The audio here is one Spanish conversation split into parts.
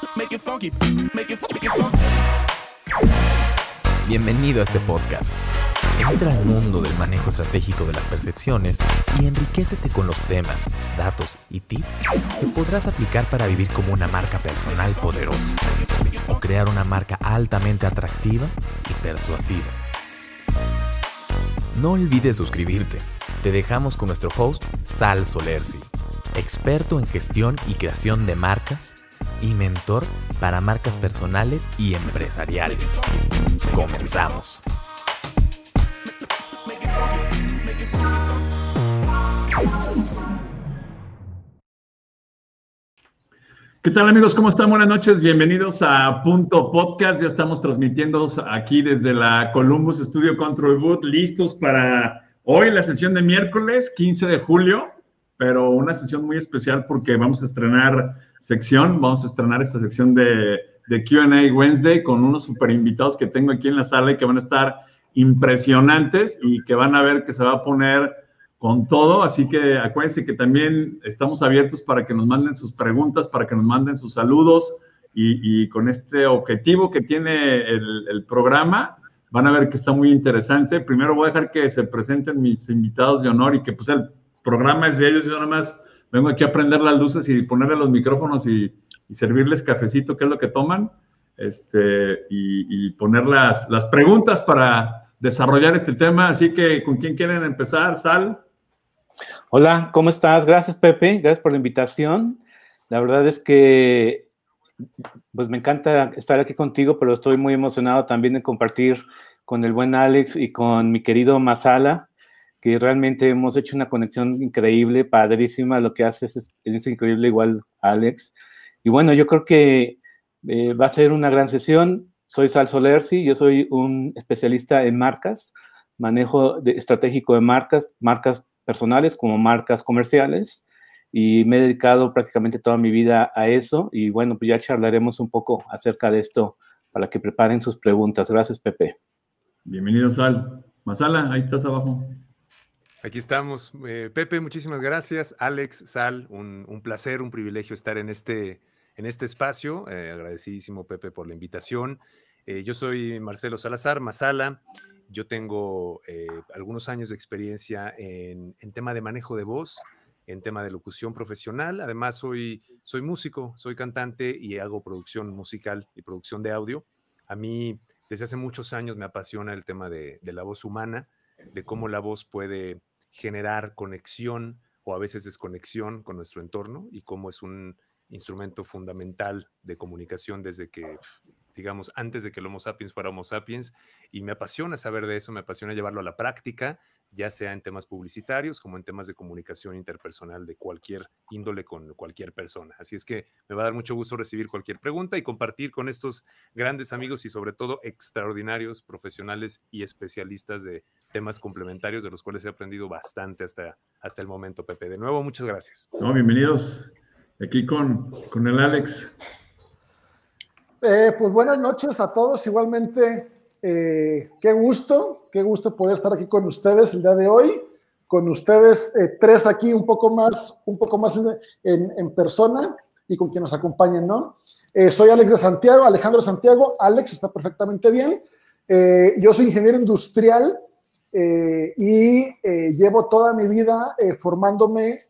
Bienvenido a este podcast. Entra al mundo del manejo estratégico de las percepciones y enriquécete con los temas, datos y tips que podrás aplicar para vivir como una marca personal poderosa o crear una marca altamente atractiva y persuasiva. No olvides suscribirte. Te dejamos con nuestro host, Sal Solersi, experto en gestión y creación de marcas y mentor para marcas personales y empresariales. Comenzamos. ¿Qué tal, amigos? ¿Cómo están? Buenas noches. Bienvenidos a Punto Podcast. Ya estamos transmitiendo aquí desde la Columbus Studio Control Booth, listos para hoy la sesión de miércoles 15 de julio, pero una sesión muy especial porque vamos a estrenar esta sección de Q&A Wednesday con unos super invitados que tengo aquí en la sala y que van a estar impresionantes y que van a ver que se va a poner con todo, así que acuérdense que también estamos abiertos para que nos manden sus preguntas, para que nos manden sus saludos y con este objetivo que tiene el programa, van a ver que está muy interesante. Primero voy a dejar que se presenten mis invitados de honor y que pues el programa es de ellos. Yo nada más vengo aquí a prender las luces y ponerle los micrófonos y servirles cafecito, que es lo que toman, y poner las preguntas para desarrollar este tema. Así que, ¿con quién quieren empezar? Sal. Hola, ¿cómo estás? Gracias, Pepe. Gracias por la invitación. La verdad es que pues me encanta estar aquí contigo, pero estoy muy emocionado también de compartir con el buen Alex y con mi querido Masala, que realmente hemos hecho una conexión increíble, padrísima. Lo que haces es increíble, igual, Alex. Y bueno, yo creo que va a ser una gran sesión. Soy Sal Solersi, yo soy un especialista en marcas, manejo estratégico de marcas personales como marcas comerciales, y me he dedicado prácticamente toda mi vida a eso. Y bueno, pues ya charlaremos un poco acerca de esto para que preparen sus preguntas. Gracias, Pepe. Bienvenido, Sal. Masala, ahí estás abajo. Aquí estamos. Pepe, muchísimas gracias. Alex, Sal, un placer, un privilegio estar en este espacio. Agradecidísimo, Pepe, por la invitación. Yo soy Marcelo Salazar, Masala. Yo tengo algunos años de experiencia en tema de manejo de voz, en tema de locución profesional. Además, soy músico, soy cantante y hago producción musical y producción de audio. A mí, desde hace muchos años, me apasiona el tema de la voz humana, de cómo la voz puede generar conexión o a veces desconexión con nuestro entorno y cómo es un instrumento fundamental de comunicación desde que, digamos, antes de que el Homo sapiens fuera Homo sapiens, y me apasiona saber de eso, me apasiona llevarlo a la práctica, ya sea en temas publicitarios como en temas de comunicación interpersonal de cualquier índole con cualquier persona. Así es que me va a dar mucho gusto recibir cualquier pregunta y compartir con estos grandes amigos y sobre todo extraordinarios profesionales y especialistas de temas complementarios de los cuales he aprendido bastante hasta el momento, Pepe. De nuevo, muchas gracias. No, bienvenidos aquí con el Alex. Pues buenas noches a todos. Igualmente, qué gusto poder estar aquí con ustedes el día de hoy. Con ustedes tres aquí un poco más en persona y con quien nos acompañen, ¿no? Soy Alex de Santiago, Alejandro Santiago. Alex está perfectamente bien. Yo soy ingeniero industrial y llevo toda mi vida formándome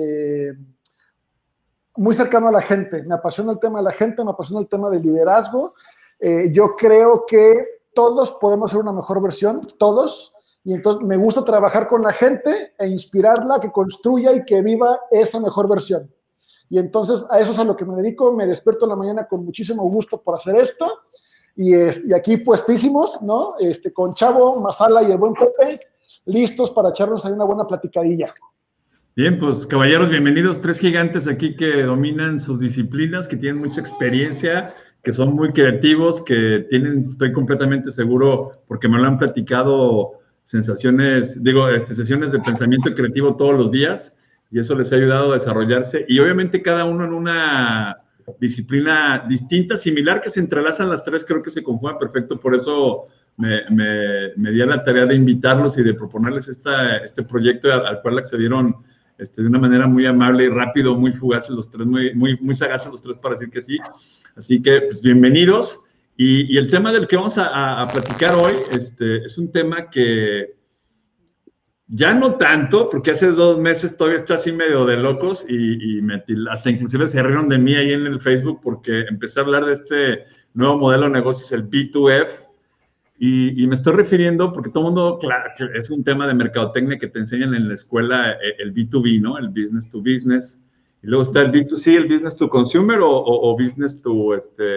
muy cercano a la gente. Me apasiona el tema de la gente, me apasiona el tema del liderazgo. Yo creo que todos podemos ser una mejor versión, todos, y entonces me gusta trabajar con la gente e inspirarla a que construya y que viva esa mejor versión. Y entonces a eso es a lo que me dedico. Me despierto en la mañana con muchísimo gusto por hacer esto, y aquí puestísimos, ¿no? Con Chavo, Masala y el buen Pepe, listos para echarnos ahí una buena platicadilla. Bien, pues caballeros, bienvenidos. Tres gigantes aquí que dominan sus disciplinas, que tienen mucha experiencia, que son muy creativos, que tienen, estoy completamente seguro, porque me lo han platicado, sesiones de pensamiento creativo todos los días, y eso les ha ayudado a desarrollarse. Y obviamente cada uno en una disciplina distinta, similar, que se entrelazan las tres, creo que se conjugan perfecto. Por eso me di a la tarea de invitarlos y de proponerles este proyecto al cual accedieron de una manera muy amable y rápido, muy fugaces los tres, muy sagaces los tres para decir que sí. Así que, pues, bienvenidos. Y el tema del que vamos a platicar hoy es un tema que ya no tanto, porque hace 2 meses todavía está así medio de locos y hasta inclusive se rieron de mí ahí en el Facebook porque empecé a hablar de este nuevo modelo de negocios, el B2F, y me estoy refiriendo porque todo el mundo, claro, que es un tema de mercadotecnia que te enseñan en la escuela, el B2B, ¿no? El business to business, y luego está el B2C, el business to consumer o business to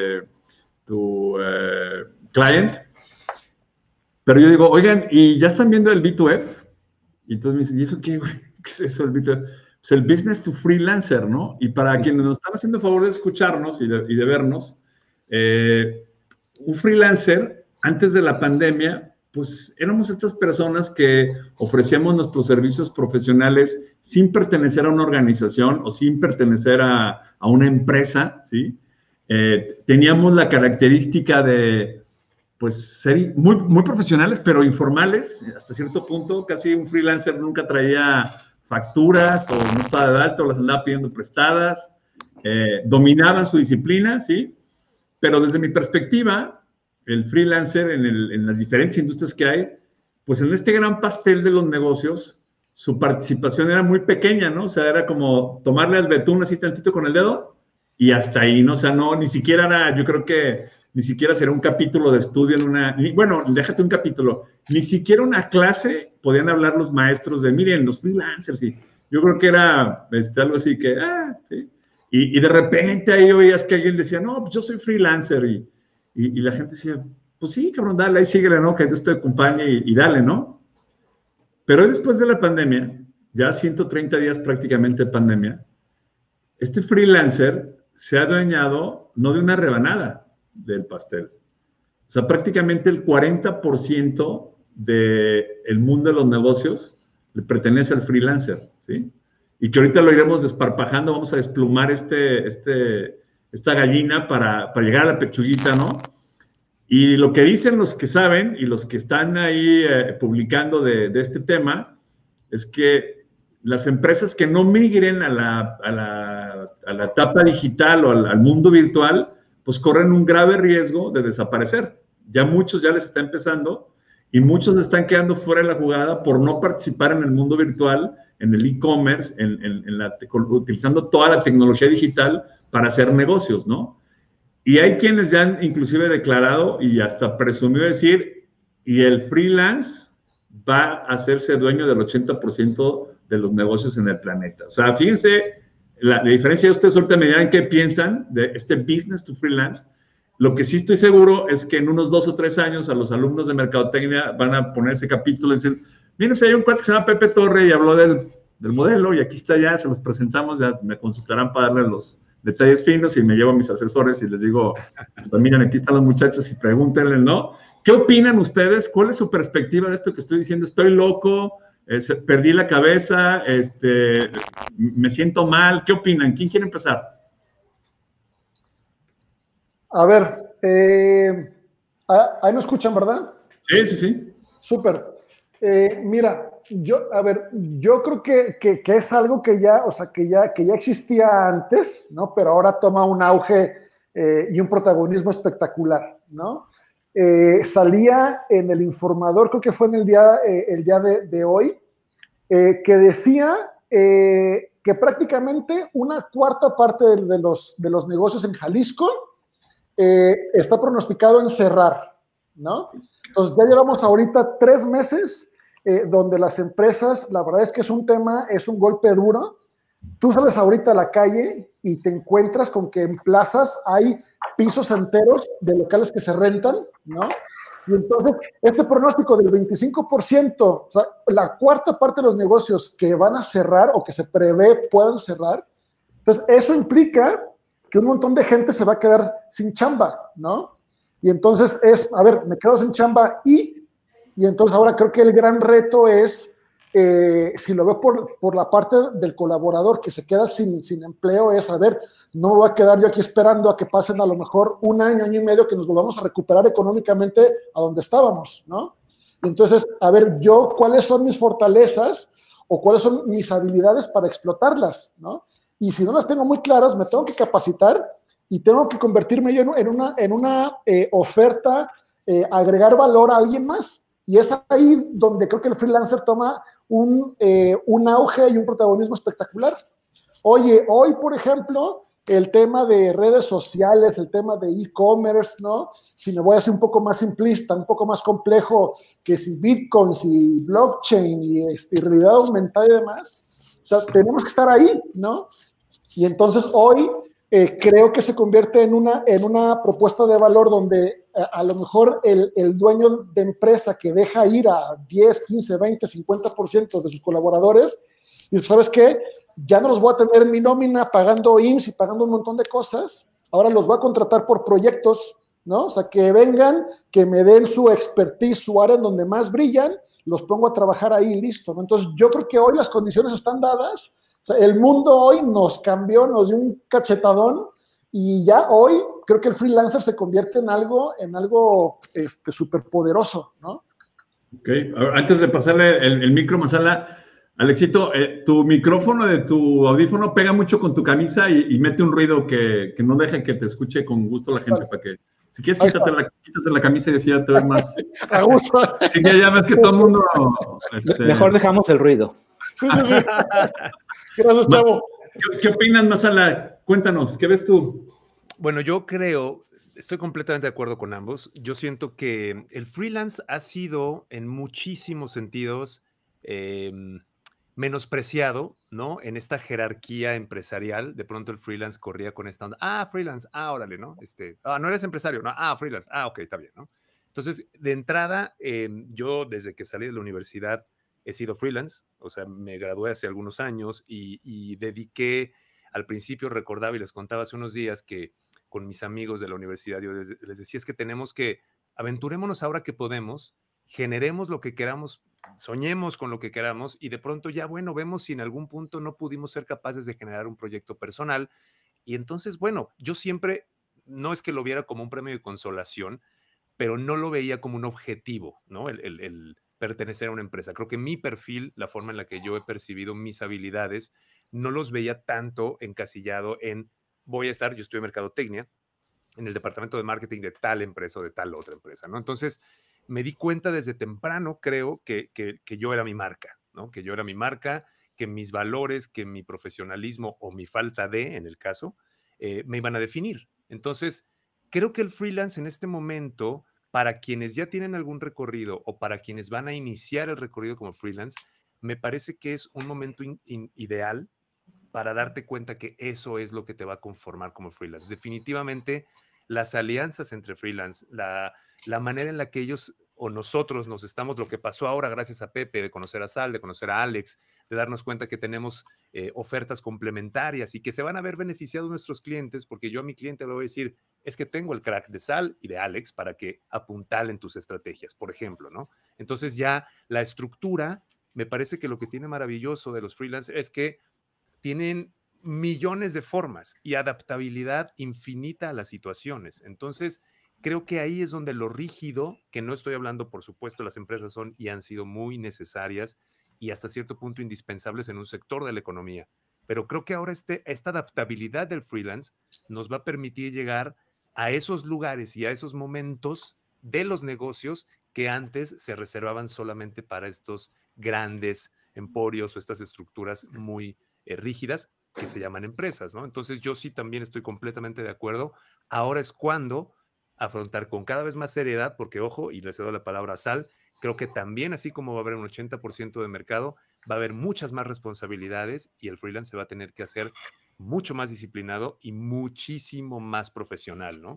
client. Pero yo digo, oigan, ¿y ya están viendo el B2F? Y entonces me dicen, ¿y eso qué, güey? ¿Qué es eso? Pues el business to freelancer, ¿no? Y para quienes nos están haciendo el favor de escucharnos y de vernos, un freelancer, antes de la pandemia, pues éramos estas personas que ofrecíamos nuestros servicios profesionales sin pertenecer a una organización o sin pertenecer a una empresa, ¿sí? Teníamos la característica de pues ser muy profesionales, pero informales, hasta cierto punto. Casi un freelancer nunca traía facturas o no estaba de alto, las andaba pidiendo prestadas, dominaban su disciplina, ¿sí? Pero desde mi perspectiva, el freelancer en las diferentes industrias que hay, pues en este gran pastel de los negocios, su participación era muy pequeña, ¿no? O sea, era como tomarle al betún así tantito con el dedo y hasta ahí, ¿no? O sea, no, ni siquiera era, yo creo que ni siquiera será un capítulo de estudio en una, bueno, déjate un capítulo, ni siquiera una clase podían hablar los maestros de, miren, los freelancers, y yo creo que era algo así que, sí. Y de repente ahí oías que alguien decía, no, pues yo soy freelancer, y la gente decía, pues sí, cabrón, dale, ahí síguele, ¿no? Que Dios te acompañe y dale, ¿no? Pero después de la pandemia, ya 130 días prácticamente de pandemia, este freelancer se ha adueñado no de una rebanada del pastel. O sea, prácticamente el 40% del mundo de los negocios le pertenece al freelancer, ¿sí? Y que ahorita lo iremos desparpajando, vamos a desplumar esta gallina para llegar a la pechuguita, ¿no? Y lo que dicen los que saben y los que están ahí publicando de este tema es que las empresas que no migren a la etapa digital o al mundo virtual, pues corren un grave riesgo de desaparecer. Ya muchos ya les está empezando y muchos están quedando fuera de la jugada por no participar en el mundo virtual, en el e-commerce, utilizando toda la tecnología digital para hacer negocios, ¿no? Y hay quienes ya han inclusive declarado y hasta presumido decir, y el freelance va a hacerse dueño del 80% de los negocios en el planeta. O sea, fíjense la diferencia. De ustedes ahorita me dirán qué piensan de este business to freelance. Lo que sí estoy seguro es que en unos 2 o 3 años a los alumnos de mercadotecnia van a poner ese capítulo y decir, miren, hay un cuate que se llama Pepe Torre y habló del modelo y aquí está ya, se los presentamos, ya me consultarán para darle los detalles finos y me llevo a mis asesores y les digo, pues miren, aquí están los muchachos y pregúntenle, ¿no? ¿Qué opinan ustedes? ¿Cuál es su perspectiva de esto que estoy diciendo? ¿Estoy loco? Perdí la cabeza, me siento mal, ¿qué opinan? ¿Quién quiere empezar? A ver, ahí me escuchan, ¿verdad? Sí. Súper. Mira, yo creo que es algo que ya, o sea, que ya existía antes, ¿no? Pero ahora toma un auge y un protagonismo espectacular, ¿no? Salía en el Informador, creo que fue en el día de hoy, que decía que prácticamente una cuarta parte de los negocios en Jalisco está pronosticado en cerrar, ¿no? Entonces ya llevamos ahorita 3 meses donde las empresas, la verdad es que es un golpe duro. Tú sales ahorita a la calle y te encuentras con que en plazas hay pisos enteros de locales que se rentan, ¿no? Y entonces, este pronóstico del 25%, o sea, la cuarta parte de los negocios que van a cerrar o que se prevé puedan cerrar, entonces eso implica que un montón de gente se va a quedar sin chamba, ¿no? Y entonces me quedo sin chamba y entonces ahora creo que el gran reto es, si lo veo por la parte del colaborador que se queda sin empleo, es, no me voy a quedar yo aquí esperando a que pasen a lo mejor 1 año, año y medio que nos volvamos a recuperar económicamente a donde estábamos, ¿no? Entonces, ¿cuáles son mis fortalezas o cuáles son mis habilidades para explotarlas, ¿no? Y si no las tengo muy claras, me tengo que capacitar y tengo que convertirme yo en una oferta, agregar valor a alguien más. Y es ahí donde creo que el freelancer toma un auge y un protagonismo espectacular. Oye, hoy, por ejemplo, el tema de redes sociales, el tema de e-commerce, ¿no? Si me voy a hacer un poco más simplista, un poco más complejo, que si Bitcoin, si blockchain y realidad aumentada y demás, o sea, tenemos que estar ahí, ¿no? Y entonces hoy creo que se convierte en una propuesta de valor donde a lo mejor el dueño de empresa que deja ir a 10, 15, 20, 50% de sus colaboradores, y ¿sabes qué? Ya no los voy a tener en mi nómina pagando IMSS y pagando un montón de cosas, ahora los voy a contratar por proyectos, ¿no? O sea, que vengan, que me den su expertise, su área en donde más brillan, los pongo a trabajar ahí y listo, ¿no? Entonces yo creo que hoy las condiciones están dadas. O sea, el mundo hoy nos cambió, nos dio un cachetadón y ya hoy creo que el freelancer se convierte en algo súper poderoso, ¿no? Ok, antes de pasarle el micro, Masala, Alexito, tu micrófono de tu audífono pega mucho con tu camisa y mete un ruido que no deja que te escuche con gusto la gente, para que, si quieres, quítate la camisa y así ya te ves más a gusto. Así que ya ves que todo el mundo... Mejor dejamos el ruido. Sí. Gracias, chavo. ¿Qué opinas, Masala? Cuéntanos, ¿qué ves tú? Bueno, yo creo, estoy completamente de acuerdo con ambos. Yo siento que el freelance ha sido en muchísimos sentidos menospreciado, ¿no? En esta jerarquía empresarial. De pronto el freelance corría con esta onda. Freelance, órale, ¿no? No eres empresario, no, freelance, ok, está bien, ¿no? Entonces, de entrada, yo desde que salí de la universidad he sido freelance, o sea, me gradué hace algunos años y dediqué, al principio recordaba y les contaba hace unos días que con mis amigos de la universidad yo les decía, es que tenemos que, aventurémonos ahora que podemos, generemos lo que queramos, soñemos con lo que queramos y de pronto ya, bueno, vemos si en algún punto no pudimos ser capaces de generar un proyecto personal y entonces, bueno, yo siempre, no es que lo viera como un premio de consolación, pero no lo veía como un objetivo, ¿no? El pertenecer a una empresa. Creo que mi perfil, la forma en la que yo he percibido mis habilidades, no los veía tanto encasillado en yo estudio mercadotecnia, en el departamento de marketing de tal empresa o de tal otra empresa, ¿no? Entonces, me di cuenta desde temprano, creo, que yo era mi marca, ¿no? Que yo era mi marca, que mis valores, que mi profesionalismo o mi falta de, en el caso, me iban a definir. Entonces, creo que el freelance en este momento, para quienes ya tienen algún recorrido o para quienes van a iniciar el recorrido como freelance, me parece que es un momento ideal para darte cuenta que eso es lo que te va a conformar como freelance. Definitivamente, las alianzas entre freelance, la manera en la que ellos o nosotros nos estamos, lo que pasó ahora gracias a Pepe, de conocer a Sal, de conocer a Alex, de darnos cuenta que tenemos ofertas complementarias y que se van a ver beneficiados nuestros clientes, porque yo a mi cliente le voy a decir, es que tengo el crack de Sal y de Alex para que apuntalen tus estrategias, por ejemplo, ¿no? Entonces ya la estructura, me parece que lo que tiene maravilloso de los freelancers es que tienen millones de formas y adaptabilidad infinita a las situaciones. Entonces, creo que ahí es donde lo rígido, que no estoy hablando, por supuesto, las empresas son y han sido muy necesarias y hasta cierto punto indispensables en un sector de la economía. Pero creo que ahora esta adaptabilidad del freelance nos va a permitir llegar a esos lugares y a esos momentos de los negocios que antes se reservaban solamente para estos grandes emporios o estas estructuras muy rígidas que se llaman empresas, ¿no? Entonces yo sí también estoy completamente de acuerdo. Ahora es cuando afrontar con cada vez más seriedad, porque ojo, y le cedo la palabra a Sal, creo que también así como va a haber un 80% de mercado, va a haber muchas más responsabilidades y el freelance se va a tener que hacer mucho más disciplinado y muchísimo más profesional, ¿no?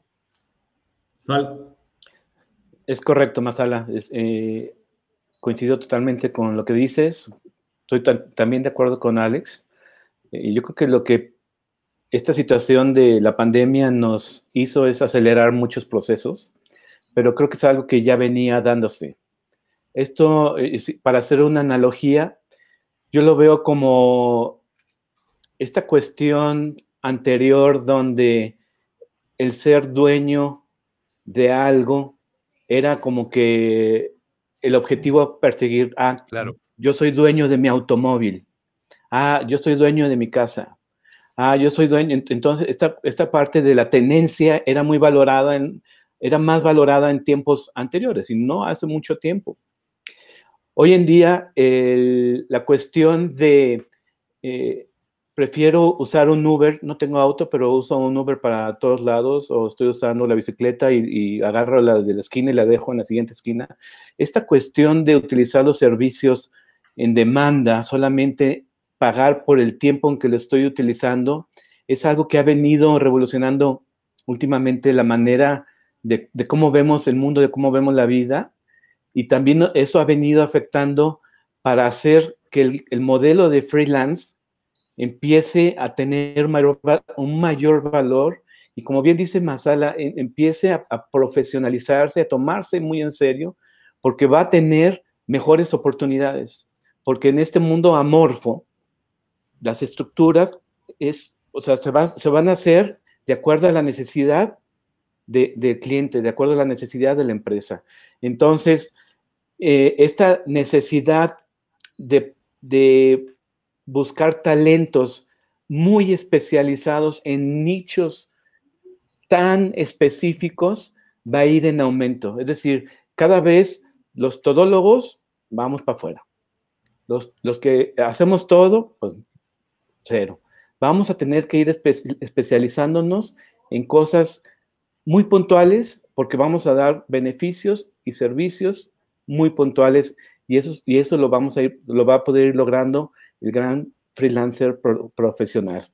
Sal. Es correcto, Masala. Coincido totalmente con lo que dices. Estoy también de acuerdo con Alex. Yo creo que lo que esta situación de la pandemia nos hizo es acelerar muchos procesos, pero creo que es algo que ya venía dándose. Esto, para hacer una analogía, yo lo veo como esta cuestión anterior donde el ser dueño de algo era como que el objetivo a perseguir. Claro. yo soy dueño de mi automóvil. Yo soy dueño de mi casa. Yo soy dueño. Entonces, esta parte de la tenencia era más valorada en tiempos anteriores, y no hace mucho tiempo. Hoy en día, la cuestión de prefiero usar un Uber, no tengo auto, pero uso un Uber para todos lados, o estoy usando la bicicleta y agarro la de la esquina y la dejo en la siguiente esquina. Esta cuestión de utilizar los servicios en demanda, solamente pagar por el tiempo en que lo estoy utilizando, es algo que ha venido revolucionando últimamente la manera de cómo vemos el mundo, de cómo vemos la vida, y también eso ha venido afectando para hacer que el modelo de freelance empiece a tener un mayor valor, y como bien dice Masala, empiece a profesionalizarse, a tomarse muy en serio, porque va a tener mejores oportunidades, porque en este mundo amorfo, las estructuras se van a hacer de acuerdo a la necesidad del cliente, de acuerdo a la necesidad de la empresa. Entonces, esta necesidad de buscar talentos muy especializados en nichos tan específicos va a ir en aumento. Es decir, cada vez los todólogos vamos para afuera. Los que hacemos todo, pues cero. Vamos a tener que ir especializándonos en cosas muy puntuales, porque vamos a dar beneficios y servicios muy puntuales, y eso lo va a poder ir logrando el gran freelancer profesional.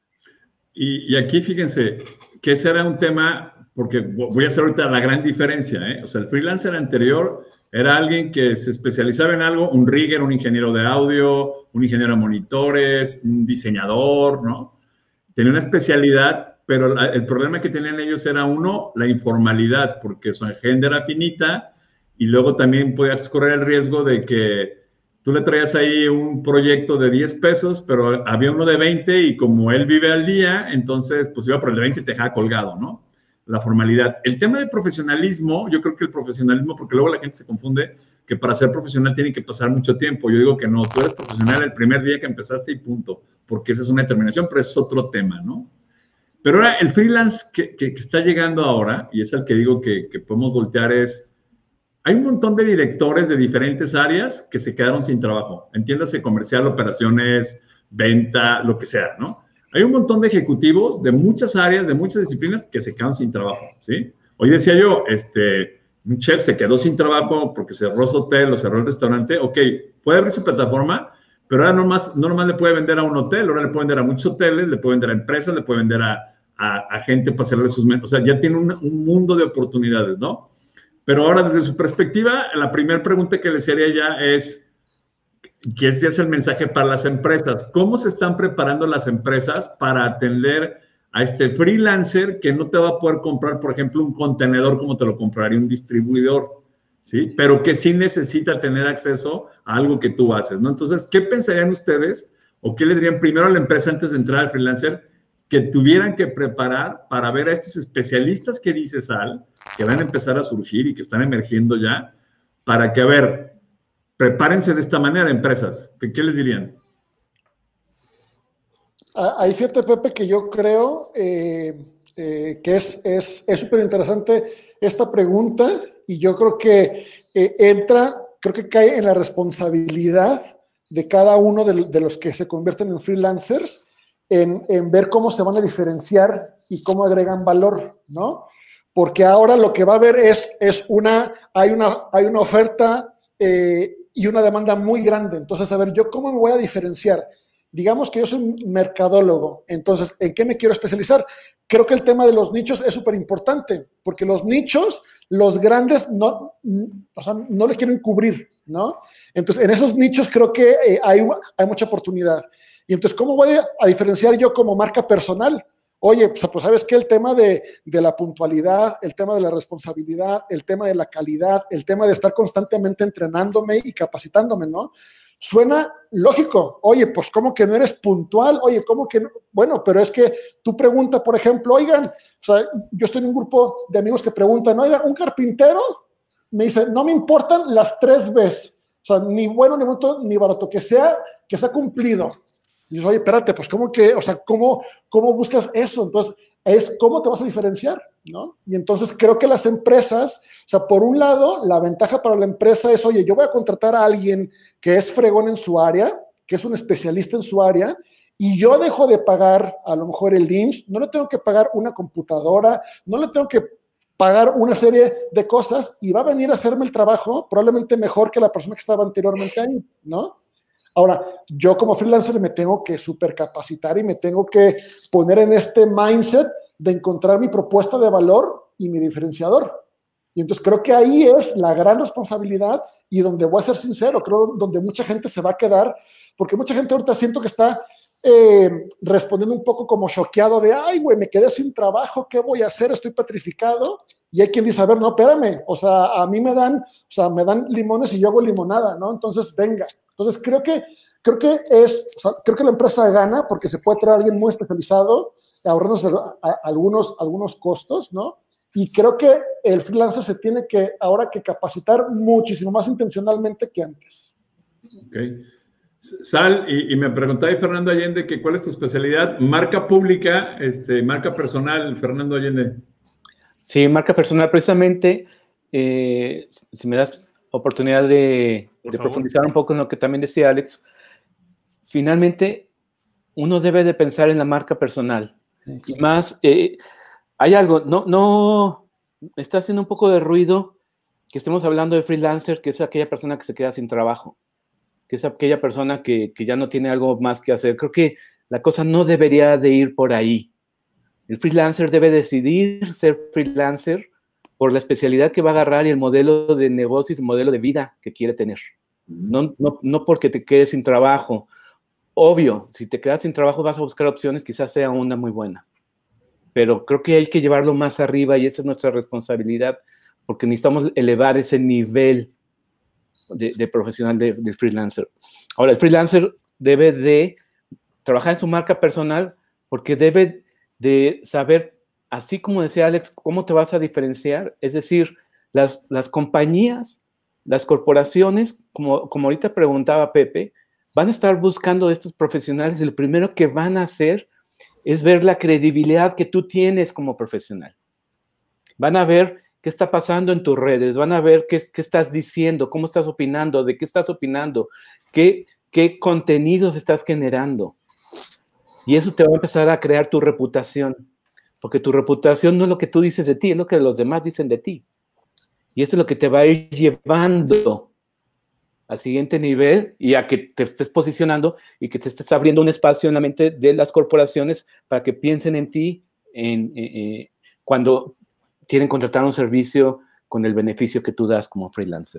Y aquí fíjense que ese era un tema, porque voy a hacer ahorita la gran diferencia, ¿eh? O sea, el freelancer anterior era alguien que se especializaba en algo, un rigger, un ingeniero de audio, un ingeniero de monitores, un diseñador, ¿no? Tenía una especialidad, pero el problema que tenían ellos era, uno, la informalidad, porque su agenda era finita, y luego también podías correr el riesgo de que tú le traías ahí un proyecto de 10 pesos, pero había uno de 20, y como él vive al día, entonces pues iba por el de 20 y te dejaba colgado, ¿no? La formalidad. El tema del profesionalismo, yo creo que el profesionalismo, porque luego la gente se confunde que para ser profesional tiene que pasar mucho tiempo. Yo digo que no, tú eres profesional el primer día que empezaste y punto, porque esa es una determinación, pero es otro tema, ¿no? Pero ahora el freelance que está llegando ahora, y es el que digo que podemos voltear, es, hay un montón de directores de diferentes áreas que se quedaron sin trabajo. Entiéndase, comercial, operaciones, venta, lo que sea, ¿no? Hay un montón de ejecutivos de muchas áreas, de muchas disciplinas, que se quedaron sin trabajo, ¿sí? Hoy decía yo, un chef se quedó sin trabajo porque cerró su hotel o cerró el restaurante. Ok, puede abrir su plataforma, pero ahora no nomás le puede vender a un hotel, ahora le puede vender a muchos hoteles, le puede vender a empresas, le puede vender a gente para hacerle sus metas. O sea, ya tiene un mundo de oportunidades, ¿no? Pero ahora, desde su perspectiva, la primera pregunta que les haría ya es, que ese es el mensaje para las empresas. ¿Cómo se están preparando las empresas para atender a este freelancer que no te va a poder comprar, por ejemplo, un contenedor como te lo compraría un distribuidor, ¿sí? Pero que sí necesita tener acceso a algo que tú haces, ¿no? Entonces, ¿qué pensarían ustedes o qué le dirían primero a la empresa antes de entrar al freelancer que tuvieran que preparar para ver a estos especialistas que dice Sal, que van a empezar a surgir y que están emergiendo ya, para que, a ver, prepárense de esta manera, empresas? ¿Qué les dirían? Ahí fíjate, Pepe, que yo creo que es súper interesante esta pregunta, y yo creo que creo que cae en la responsabilidad de cada uno de los que se convierten en freelancers en ver cómo se van a diferenciar y cómo agregan valor, ¿no? Porque ahora lo que va a haber hay una oferta y una demanda muy grande. Entonces, a ver, ¿yo cómo me voy a diferenciar? Digamos que yo soy un mercadólogo, entonces, ¿en qué me quiero especializar? Creo que el tema de los nichos es súper importante, porque los nichos, los grandes, no le quieren cubrir, ¿no? Entonces, en esos nichos creo que hay mucha oportunidad. Y entonces, ¿cómo voy a diferenciar yo como marca personal? Oye, pues ¿sabes qué? El tema de la puntualidad, el tema de la responsabilidad, el tema de la calidad, el tema de estar constantemente entrenándome y capacitándome, ¿no? Suena lógico. Oye, pues ¿cómo que no eres puntual? Oye, ¿cómo que no? Bueno, pero es que tú preguntas, por ejemplo, oigan, o sea, yo estoy en un grupo de amigos que preguntan, oigan, un carpintero me dice, no me importan las 3 Bs, O sea, ni bueno, ni bonito, ni barato, que sea cumplido. Y dices, oye, espérate, pues ¿cómo que, o sea, cómo buscas eso? Entonces, es cómo te vas a diferenciar, ¿no? Y entonces creo que las empresas, o sea, por un lado, la ventaja para la empresa es, oye, yo voy a contratar a alguien que es fregón en su área, que es un especialista en su área, y yo dejo de pagar a lo mejor el IMSS, no le tengo que pagar una computadora, no le tengo que pagar una serie de cosas y va a venir a hacerme el trabajo probablemente mejor que la persona que estaba anteriormente ahí, ¿no? Ahora, yo como freelancer me tengo que supercapacitar y me tengo que poner en este mindset de encontrar mi propuesta de valor y mi diferenciador. Y entonces creo que ahí es la gran responsabilidad y donde voy a ser sincero, creo donde mucha gente se va a quedar, porque mucha gente ahorita siento que está respondiendo un poco como choqueado de, ay, güey, me quedé sin trabajo, ¿qué voy a hacer? Estoy petrificado. Y hay quien dice, a ver, no, espérame, o sea, a mí me dan limones y yo hago limonada, ¿no? Entonces, venga. Entonces, creo que la empresa gana porque se puede traer a alguien muy especializado, ahorrarnos algunos costos, ¿no? Y creo que el freelancer se tiene que ahora que capacitar muchísimo más intencionalmente que antes. Ok. Sal, y me preguntaba ahí Fernando Allende que cuál es tu especialidad, marca pública, marca personal, Fernando Allende. Sí, marca personal, precisamente, si me das oportunidad de profundizar un poco en lo que también decía Alex, finalmente uno debe de pensar en la marca personal. Y más, hay algo, no, está haciendo un poco de ruido que estemos hablando de freelancer, que es aquella persona que se queda sin trabajo, que es aquella persona que ya no tiene algo más que hacer. Creo que la cosa no debería de ir por ahí. El freelancer debe decidir ser freelancer por la especialidad que va a agarrar y el modelo de negocio y el modelo de vida que quiere tener. No porque te quedes sin trabajo. Obvio, si te quedas sin trabajo vas a buscar opciones, quizás sea una muy buena. Pero creo que hay que llevarlo más arriba y esa es nuestra responsabilidad porque necesitamos elevar ese nivel de profesional de freelancer. Ahora, el freelancer debe de trabajar en su marca personal porque debe de saber, así como decía Alex, cómo te vas a diferenciar. Es decir, las compañías, las corporaciones, como ahorita preguntaba Pepe, van a estar buscando estos profesionales y lo primero que van a hacer es ver la credibilidad que tú tienes como profesional. Van a ver qué está pasando en tus redes, van a ver qué estás diciendo, cómo estás opinando, de qué estás opinando, qué contenidos estás generando. Y eso te va a empezar a crear tu reputación, porque tu reputación no es lo que tú dices de ti, es lo que los demás dicen de ti. Y eso es lo que te va a ir llevando al siguiente nivel y a que te estés posicionando y que te estés abriendo un espacio en la mente de las corporaciones para que piensen en ti cuando quieren contratar un servicio con el beneficio que tú das como freelancer.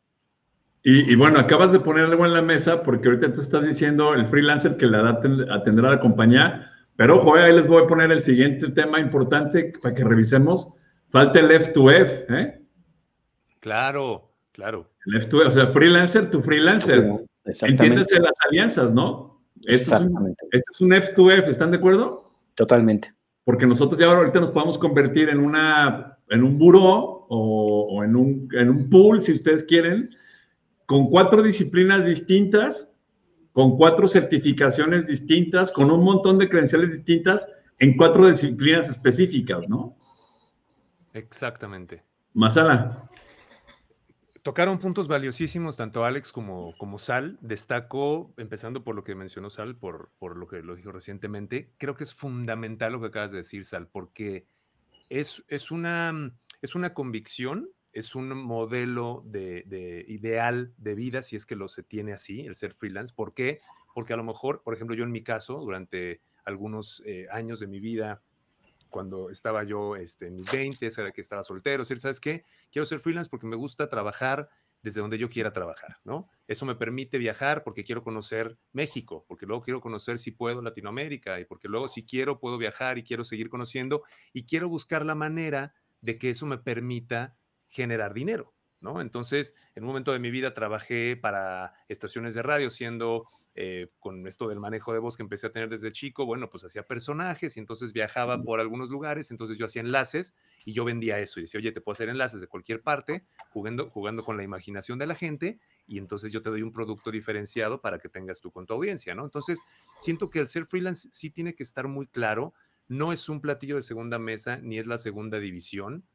Y bueno, acabas de poner algo en la mesa porque ahorita tú estás diciendo el freelancer que le atenderá a la compañía, pero ojo, ahí les voy a poner el siguiente tema importante para que revisemos. Falta el F2F, ¿eh? Claro. El F2F, o sea, freelancer to freelancer. Entiéndase las alianzas, ¿no? Exactamente. Este es un F2F, ¿están de acuerdo? Totalmente. Porque nosotros ya ahorita nos podemos convertir en un buró o en un pool, si ustedes quieren, con 4 disciplinas distintas, con 4 certificaciones distintas, con un montón de credenciales distintas en 4 disciplinas específicas, ¿no? Exactamente. Masala. Tocaron puntos valiosísimos, tanto Alex como Sal. Destaco, empezando por lo que mencionó Sal, por lo que lo dijo recientemente, creo que es fundamental lo que acabas de decir, Sal, porque es una convicción, es un modelo de ideal de vida, si es que se tiene así, el ser freelance. ¿Por qué? Porque a lo mejor, por ejemplo, yo en mi caso, durante algunos años de mi vida, cuando estaba yo en mis 20s, era que estaba soltero, ¿sabes qué? Quiero ser freelance porque me gusta trabajar desde donde yo quiera trabajar, ¿no? Eso me permite viajar porque quiero conocer México, porque luego quiero conocer, si puedo, Latinoamérica, y porque luego, si quiero, puedo viajar y quiero seguir conociendo, y quiero buscar la manera de que eso me permita generar dinero, ¿no? Entonces, en un momento de mi vida trabajé para estaciones de radio siendo con esto del manejo de voz que empecé a tener desde chico, bueno, pues hacía personajes y entonces viajaba por algunos lugares, entonces yo hacía enlaces y yo vendía eso y decía, oye, te puedo hacer enlaces de cualquier parte, jugando con la imaginación de la gente, y entonces yo te doy un producto diferenciado para que tengas tú con tu audiencia, ¿no? Entonces, siento que el ser freelance sí tiene que estar muy claro, no es un platillo de segunda mesa, ni es la segunda división,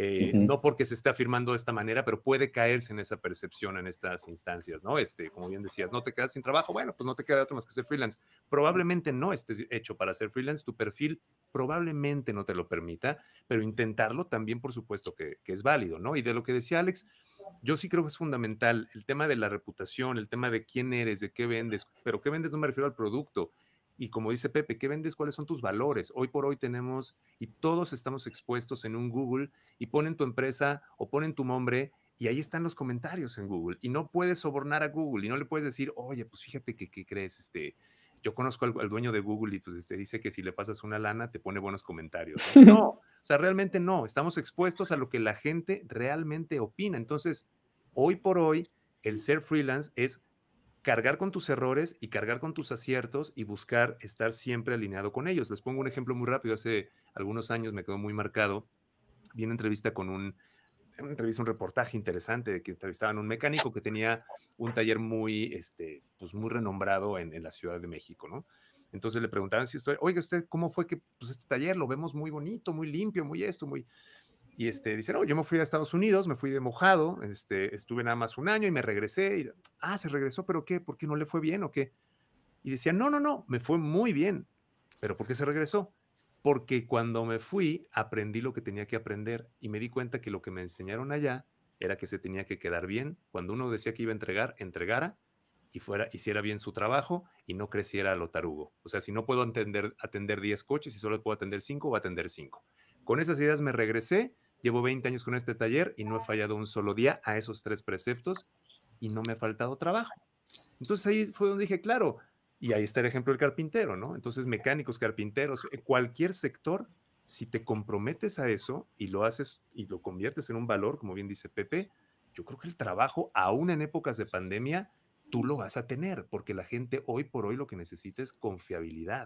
no porque se esté afirmando de esta manera, pero puede caerse en esa percepción en estas instancias, ¿no? Como bien decías, no te quedas sin trabajo, bueno, pues no te queda otro más que ser freelance. Probablemente no estés hecho para ser freelance, tu perfil probablemente no te lo permita, pero intentarlo también, por supuesto, que es válido, ¿no? Y de lo que decía Alex, yo sí creo que es fundamental el tema de la reputación, el tema de quién eres, de qué vendes, pero qué vendes no me refiero al producto. Y como dice Pepe, ¿qué vendes? ¿Cuáles son tus valores? Hoy por hoy tenemos, y todos estamos expuestos en un Google, y ponen tu empresa o ponen tu nombre, y ahí están los comentarios en Google. Y no puedes sobornar a Google, y no le puedes decir, oye, pues fíjate que, ¿qué crees? Yo conozco al dueño de Google y pues dice que si le pasas una lana, te pone buenos comentarios. No, o sea, realmente no. Estamos expuestos a lo que la gente realmente opina. Entonces, hoy por hoy, el ser freelance es cargar con tus errores y cargar con tus aciertos y buscar estar siempre alineado con ellos. Les pongo un ejemplo muy rápido. Hace algunos años me quedó muy marcado. Vi una entrevista con un reportaje interesante de que entrevistaban a un mecánico que tenía un taller muy, pues muy renombrado en la Ciudad de México, ¿no? Entonces le preguntaban si oiga, usted, ¿cómo fue que pues este taller lo vemos muy bonito, muy limpio, muy esto, muy... Y dice, no, yo me fui a Estados Unidos, me fui de mojado, estuve nada más un año y me regresé. Y, se regresó, ¿pero qué? ¿Por qué no le fue bien o qué? Y decía, no, me fue muy bien. ¿Pero por qué se regresó? Porque cuando me fui, aprendí lo que tenía que aprender y me di cuenta que lo que me enseñaron allá era que se tenía que quedar bien. Cuando uno decía que iba a entregar, entregara y hiciera bien su trabajo y no creciera a lo tarugo. O sea, si no puedo atender 10 coches y solo puedo atender 5, voy a atender 5. Con esas ideas me regresé. Llevo 20 años con este taller y no he fallado un solo día a esos 3 preceptos y no me ha faltado trabajo. Entonces ahí fue donde dije, claro, y ahí está el ejemplo del carpintero, ¿no? Entonces mecánicos, carpinteros, cualquier sector, si te comprometes a eso y lo haces y lo conviertes en un valor, como bien dice Pepe, yo creo que el trabajo, aún en épocas de pandemia, tú lo vas a tener, porque la gente hoy por hoy lo que necesita es confiabilidad.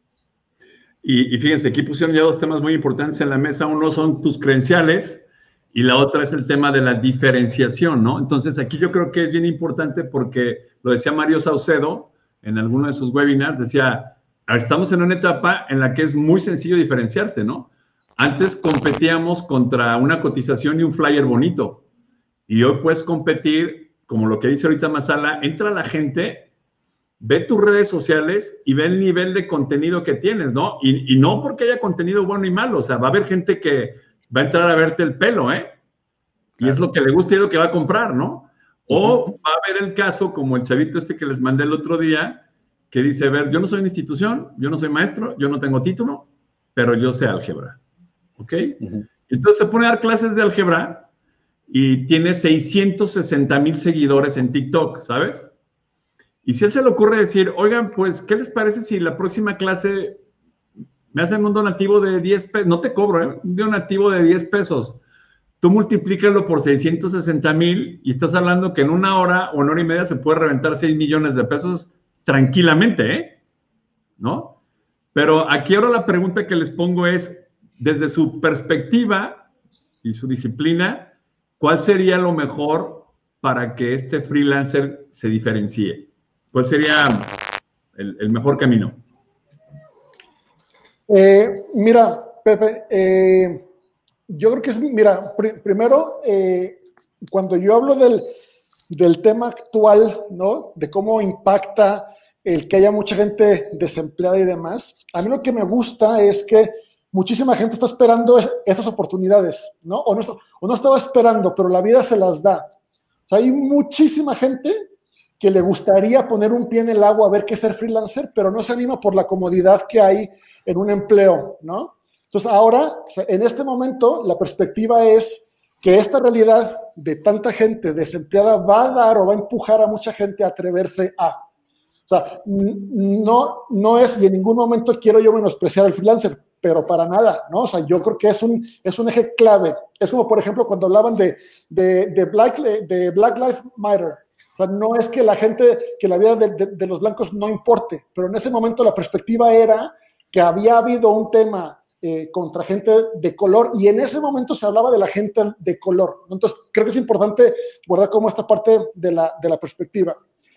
Y fíjense, aquí pusieron ya 2 temas muy importantes en la mesa. Uno son tus credenciales y la otra es el tema de la diferenciación, ¿no? Entonces, aquí yo creo que es bien importante porque lo decía Mario Saucedo en alguno de sus webinars, decía, estamos en una etapa en la que es muy sencillo diferenciarte, ¿no? Antes competíamos contra una cotización y un flyer bonito. Y hoy puedes competir, como lo que dice ahorita Masala, entra la gente, ve tus redes sociales y ve el nivel de contenido que tienes, ¿no? Y no porque haya contenido bueno y malo, o sea, va a haber gente que va a entrar a verte el pelo, ¿eh? Y es lo que le gusta y lo que va a comprar, ¿no? O va a haber el caso, como el chavito que les mandé el otro día, que dice, a ver, yo no soy una institución, yo no soy maestro, yo no tengo título, pero yo sé álgebra, ¿ok? Entonces se pone a dar clases de álgebra y tiene 660,000 seguidores en TikTok, ¿sabes? Y si a él se le ocurre decir, oigan, pues, ¿qué les parece si la próxima clase me hacen un donativo de 10 pesos? No te cobro, ¿eh? Un donativo de 10 pesos. Tú multiplícalo por 660,000 y estás hablando que en 1 hora o 1 hora y media se puede reventar 6 millones de pesos tranquilamente, ¿eh? ¿No? Pero aquí ahora la pregunta que les pongo es, desde su perspectiva y su disciplina, ¿cuál sería lo mejor para que este freelancer se diferencie? ¿Cuál sería el mejor camino? Mira, Pepe, yo creo que es, mira, primero, cuando yo hablo del tema actual, ¿no? De cómo impacta el que haya mucha gente desempleada y demás, a mí lo que me gusta es que muchísima gente está esperando esas oportunidades, ¿no? O no estaba esperando, pero la vida se las da. O sea, hay muchísima gente que le gustaría poner un pie en el agua a ver qué es ser freelancer, pero no se anima por la comodidad que hay en un empleo, ¿no? Entonces ahora, en este momento, la perspectiva es que esta realidad de tanta gente desempleada va a dar o va a empujar a mucha gente a atreverse a. O sea, no es, y en ningún momento quiero yo menospreciar al freelancer, pero para nada, ¿no? O sea, yo creo que es un eje clave. Es como, por ejemplo, cuando hablaban de Black Lives Matter, O sea, no es que la gente, que la vida de los blancos no importe, pero en ese momento la perspectiva era que había habido un tema contra gente de color, y en ese momento se hablaba de la gente de color. Entonces, creo que es importante guardar como esta parte de la perspectiva.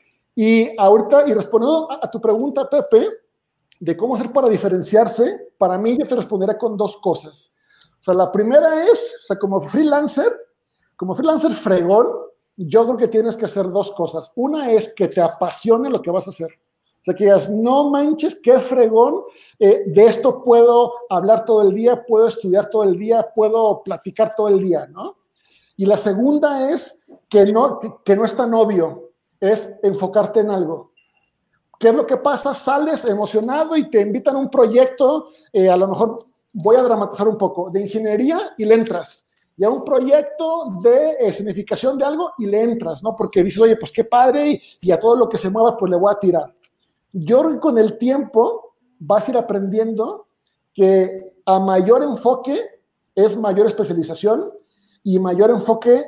Y ahorita, y respondiendo a tu pregunta, Pepe, de cómo hacer para diferenciarse, para mí yo te responderé con dos cosas. O sea, la primera es, o sea, como freelancer fregón, yo creo que tienes que hacer dos cosas. Una es que te apasione lo que vas a hacer. O sea, que digas, no manches, qué fregón, de esto puedo hablar todo el día, puedo estudiar todo el día, puedo platicar todo el día, ¿no? Y la segunda es que no es tan obvio, es enfocarte en algo. ¿Qué es lo que pasa? Sales emocionado y te invitan a un proyecto, a lo mejor voy a dramatizar un poco, de ingeniería, y le entras. Y a un proyecto de significación de algo y le entras, ¿no? Porque dices, oye, pues qué padre, y a todo lo que se mueva, pues le voy a tirar. Yo creo que con el tiempo vas a ir aprendiendo que a mayor enfoque es mayor especialización, y mayor enfoque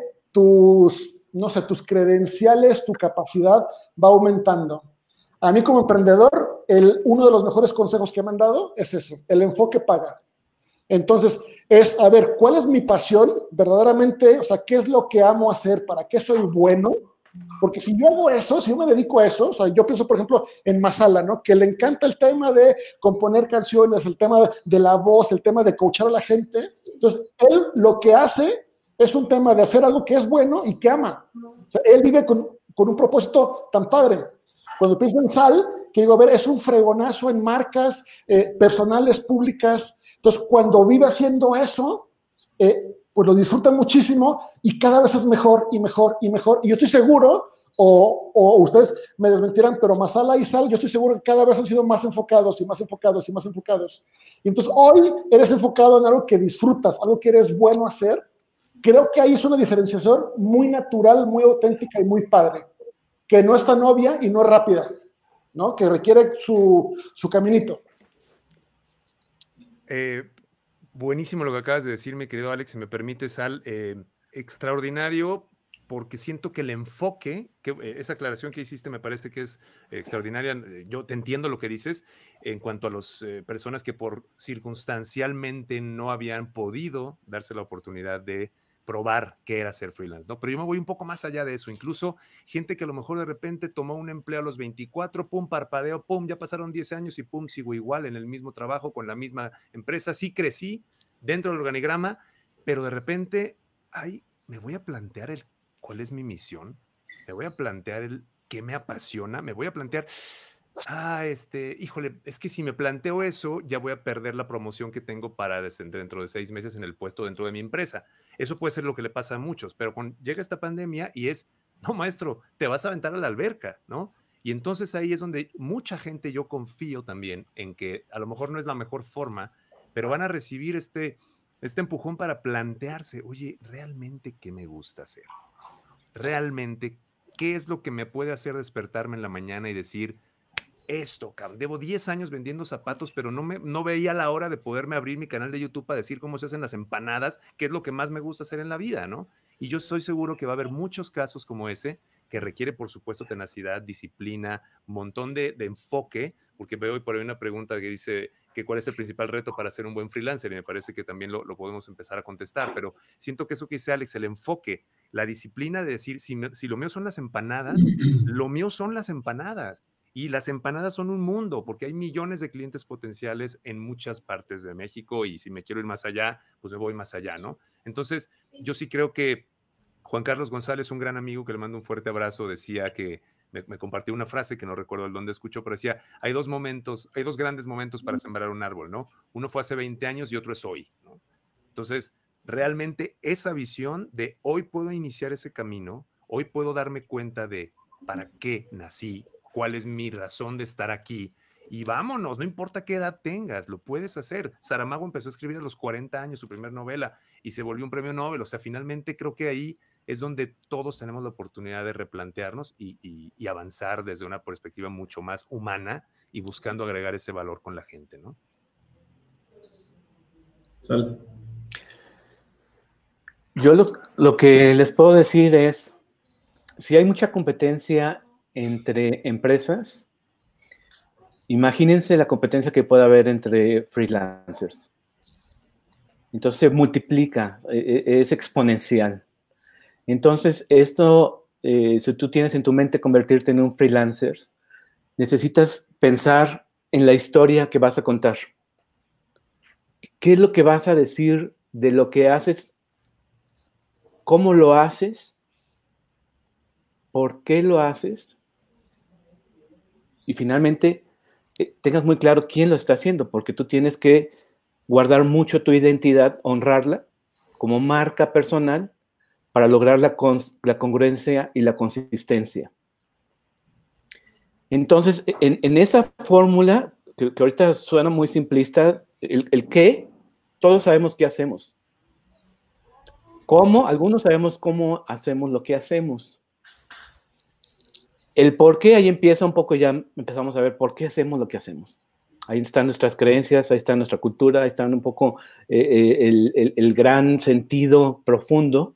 tus credenciales, tu capacidad va aumentando. A mí como emprendedor, uno de los mejores consejos que me han dado es eso, el enfoque paga. Entonces, es, a ver, ¿cuál es mi pasión verdaderamente? O sea, ¿qué es lo que amo hacer? ¿Para qué soy bueno? Porque si yo hago eso, si yo me dedico a eso, o sea, yo pienso, por ejemplo, en Masala, ¿no? Que le encanta el tema de componer canciones, el tema de la voz, el tema de coachar a la gente. Entonces, él lo que hace es un tema de hacer algo que es bueno y que ama. O sea, él vive con un propósito tan padre. Cuando pienso en Sal, que digo, a ver, es un fregonazo en marcas personales, públicas. Entonces, cuando vive haciendo eso, pues lo disfruta muchísimo y cada vez es mejor y mejor y mejor. Y yo estoy seguro, o ustedes me desmentirán, pero Masala y Sal, yo estoy seguro que cada vez han sido más enfocados y más enfocados y más enfocados. Y entonces hoy eres enfocado en algo que disfrutas, algo que eres bueno hacer. Creo que ahí es una diferenciación muy natural, muy auténtica y muy padre, que no es tan obvia y no es rápida, ¿no? Que requiere su caminito. Buenísimo lo que acabas de decir, mi querido Alex, si me permite, Sal. Extraordinario, porque siento que el enfoque, esa aclaración que hiciste me parece que es extraordinaria. Yo te entiendo lo que dices en cuanto a las personas que circunstancialmente no habían podido darse la oportunidad de probar qué era ser freelance, ¿no? Pero yo me voy un poco más allá de eso. Incluso gente que a lo mejor de repente tomó un empleo a los 24, pum, parpadeo, pum, ya pasaron 10 años y pum, sigo igual en el mismo trabajo, con la misma empresa. Sí crecí dentro del organigrama, pero de repente, ay, me voy a plantear cuál es mi misión, me voy a plantear qué me apasiona, me voy a plantear, híjole, es que si me planteo eso, ya voy a perder la promoción que tengo para dentro de 6 meses en el puesto dentro de mi empresa. Eso puede ser lo que le pasa a muchos, pero cuando llega esta pandemia y no, maestro, te vas a aventar a la alberca, ¿no? Y entonces ahí es donde mucha gente, yo confío también en que a lo mejor no es la mejor forma, pero van a recibir este empujón para plantearse, oye, ¿realmente qué me gusta hacer? ¿Realmente qué es lo que me puede hacer despertarme en la mañana y decir, esto, cabrón, llevo 10 años vendiendo zapatos, pero no veía la hora de poderme abrir mi canal de YouTube para decir cómo se hacen las empanadas, que es lo que más me gusta hacer en la vida, ¿no? Y yo estoy seguro que va a haber muchos casos como ese, que requiere, por supuesto, tenacidad, disciplina, un montón de enfoque, porque veo por ahí una pregunta que dice que cuál es el principal reto para ser un buen freelancer, y me parece que también lo podemos empezar a contestar, pero siento que eso que dice Alex, el enfoque, la disciplina de decir, si lo mío son las empanadas, lo mío son las empanadas. Y las empanadas son un mundo, porque hay millones de clientes potenciales en muchas partes de México, y si me quiero ir más allá, pues me voy más allá, ¿no? Entonces, yo sí creo que Juan Carlos González, un gran amigo que le mando un fuerte abrazo, decía que me compartió una frase que no recuerdo el dónde escuchó, pero decía, hay dos grandes momentos para sembrar un árbol, ¿no? Uno fue hace 20 años y otro es hoy, ¿no? Entonces, realmente esa visión de hoy puedo iniciar ese camino, hoy puedo darme cuenta de para qué nací, cuál es mi razón de estar aquí, y vámonos, no importa qué edad tengas, lo puedes hacer. Saramago empezó a escribir a los 40 años su primera novela y se volvió un premio Nobel. O sea, finalmente creo que ahí es donde todos tenemos la oportunidad de replantearnos y avanzar desde una perspectiva mucho más humana y buscando agregar ese valor con la gente, ¿no? Sal. Yo lo que les puedo decir es, si hay mucha competencia entre empresas, imagínense la competencia que puede haber entre freelancers. Entonces se multiplica, es exponencial. Entonces esto, si tú tienes en tu mente convertirte en un freelancer, necesitas pensar en la historia que vas a contar. ¿Qué es lo que vas a decir de lo que haces? ¿Cómo lo haces? ¿Por qué lo haces? Y finalmente, tengas muy claro quién lo está haciendo, porque tú tienes que guardar mucho tu identidad, honrarla como marca personal para lograr la congruencia y la consistencia. Entonces, en esa fórmula, que ahorita suena muy simplista, el qué, todos sabemos qué hacemos. ¿Cómo? Algunos sabemos cómo hacemos lo que hacemos. El por qué, ahí empieza un poco, ya empezamos a ver por qué hacemos lo que hacemos. Ahí están nuestras creencias, ahí está nuestra cultura, ahí están un poco el gran sentido profundo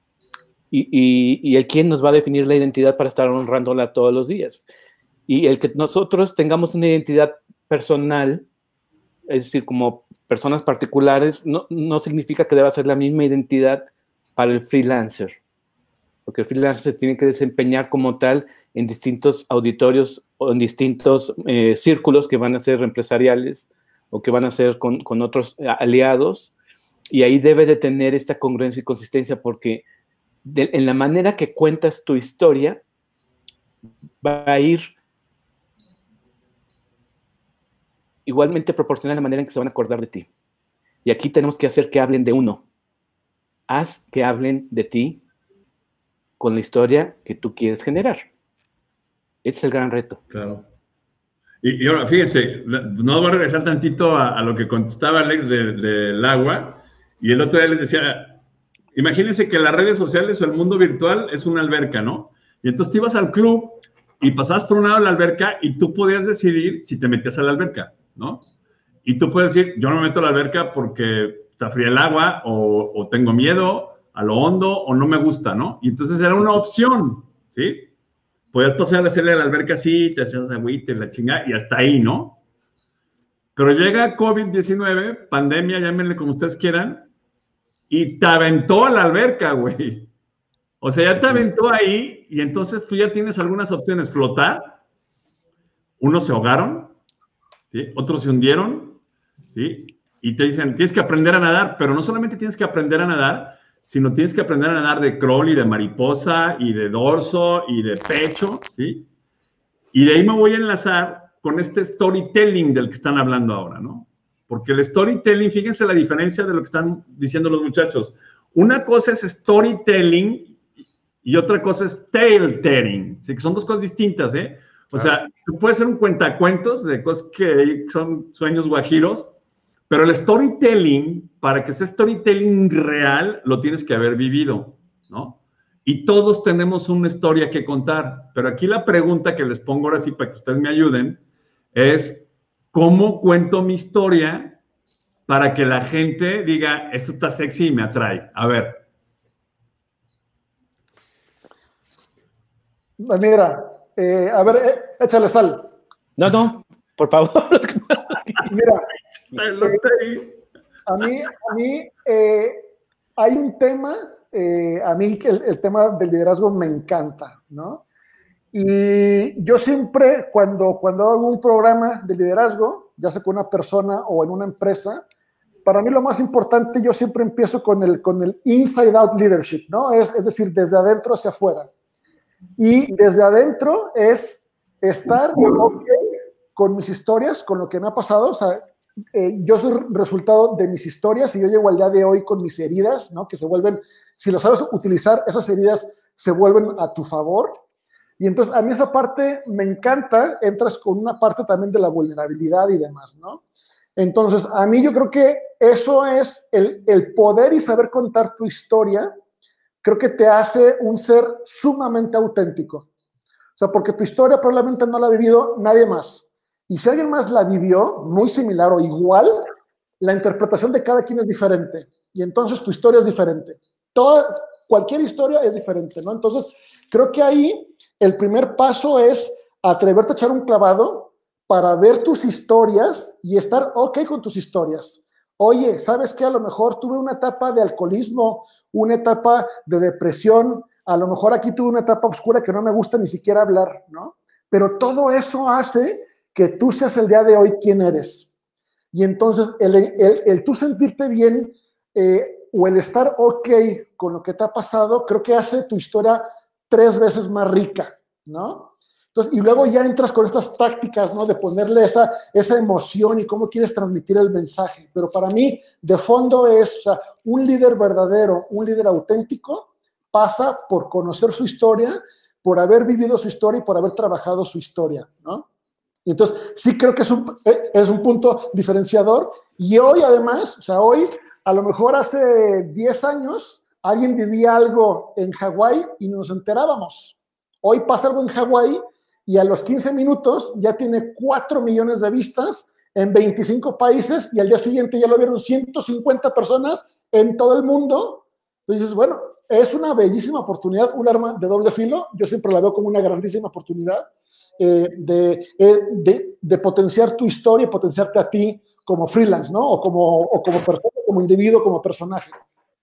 y el quién nos va a definir la identidad para estar honrándola todos los días. Y el que nosotros tengamos una identidad personal, es decir, como personas particulares, no significa que deba ser la misma identidad para el freelancer, porque el freelancer se tiene que desempeñar como tal en distintos auditorios o en distintos círculos que van a ser empresariales o que van a ser con otros aliados, y ahí debe de tener esta congruencia y consistencia, porque en la manera que cuentas tu historia va a ir igualmente proporcional a la manera en que se van a acordar de ti. Y aquí tenemos que hacer que hablen de uno. Haz que hablen de ti con la historia que tú quieres generar. Ese es el gran reto. Claro. Y ahora, fíjense, no voy a regresar tantito a lo que contestaba Alex del agua, y el otro día les decía, imagínense que las redes sociales o el mundo virtual es una alberca, ¿no? Y entonces te ibas al club y pasabas por un lado de la alberca y tú podías decidir si te metías a la alberca, ¿no? Y tú puedes decir, yo no me meto a la alberca porque está fría el agua, o tengo miedo a lo hondo, o no me gusta, ¿no? Y entonces era una opción, ¿sí? Podías pasar a hacerle a la alberca así, te hacías agüita y la chingada, y hasta ahí, ¿no? Pero llega COVID-19, pandemia, llámenle como ustedes quieran, y te aventó a la alberca, güey. O sea, ya te aventó ahí, y entonces tú ya tienes algunas opciones. Flotar, unos se ahogaron, ¿sí? Otros se hundieron, ¿sí? Y te dicen, tienes que aprender a nadar, pero no solamente tienes que aprender a nadar, sino tienes que aprender a nadar de crawl y de mariposa y de dorso y de pecho, ¿sí? Y de ahí me voy a enlazar con este storytelling del que están hablando ahora, ¿no? Porque el storytelling, fíjense la diferencia de lo que están diciendo los muchachos. Una cosa es storytelling y otra cosa es tale-telling, ¿sí? Que son dos cosas distintas, ¿eh? O sea, tú puedes ser un cuentacuentos de cosas que son sueños guajiros, pero el storytelling, para que sea storytelling real, lo tienes que haber vivido, ¿no? Y todos tenemos una historia que contar, pero aquí la pregunta que les pongo ahora sí para que ustedes me ayuden es, ¿cómo cuento mi historia para que la gente diga, esto está sexy y me atrae? A ver. Mira, a ver, échale sal. No, por favor. Mira, a mí hay un tema, a mí el tema del liderazgo me encanta, ¿no? Y yo siempre, cuando hago un programa de liderazgo, ya sea con una persona o en una empresa, para mí lo más importante, yo siempre empiezo con el inside out leadership, ¿no? Es decir, desde adentro hacia afuera. Y desde adentro es estar con mis historias, con lo que me ha pasado. O sea, yo soy resultado de mis historias y yo llego al día de hoy con mis heridas, ¿no? Que se vuelven, si lo sabes utilizar, esas heridas se vuelven a tu favor. Y entonces a mí esa parte me encanta, entras con una parte también de la vulnerabilidad y demás, ¿no? Entonces a mí yo creo que eso es el poder y saber contar tu historia, creo que te hace un ser sumamente auténtico. O sea, porque tu historia probablemente no la ha vivido nadie más. Y si alguien más la vivió, muy similar o igual, la interpretación de cada quien es diferente. Y entonces tu historia es diferente. cualquier historia es diferente, ¿no? Entonces, creo que ahí el primer paso es atreverte a echar un clavado para ver tus historias y estar ok con tus historias. Oye, ¿sabes qué? A lo mejor tuve una etapa de alcoholismo, una etapa de depresión, a lo mejor aquí tuve una etapa oscura que no me gusta ni siquiera hablar, ¿no? Pero todo eso hace que tú seas el día de hoy quien eres. Y entonces el tú sentirte bien o el estar ok con lo que te ha pasado, creo que hace tu historia 3 veces más rica, ¿no? Entonces, y luego ya entras con estas tácticas, ¿no? De ponerle esa emoción y cómo quieres transmitir el mensaje. Pero para mí, de fondo es, o sea, un líder verdadero, un líder auténtico, pasa por conocer su historia, por haber vivido su historia y por haber trabajado su historia, ¿no? Y entonces, sí creo que es un punto diferenciador. Y hoy, además, o sea, hoy, a lo mejor hace 10 años, alguien vivía algo en Hawái y no nos enterábamos. Hoy pasa algo en Hawái y a los 15 minutos ya tiene 4 millones de vistas en 25 países y al día siguiente ya lo vieron 150 personas en todo el mundo. Entonces, bueno, es una bellísima oportunidad, un arma de doble filo. Yo siempre la veo como una grandísima oportunidad de potenciar tu historia y potenciarte a ti como freelance, ¿no? O como persona, como individuo, como personaje.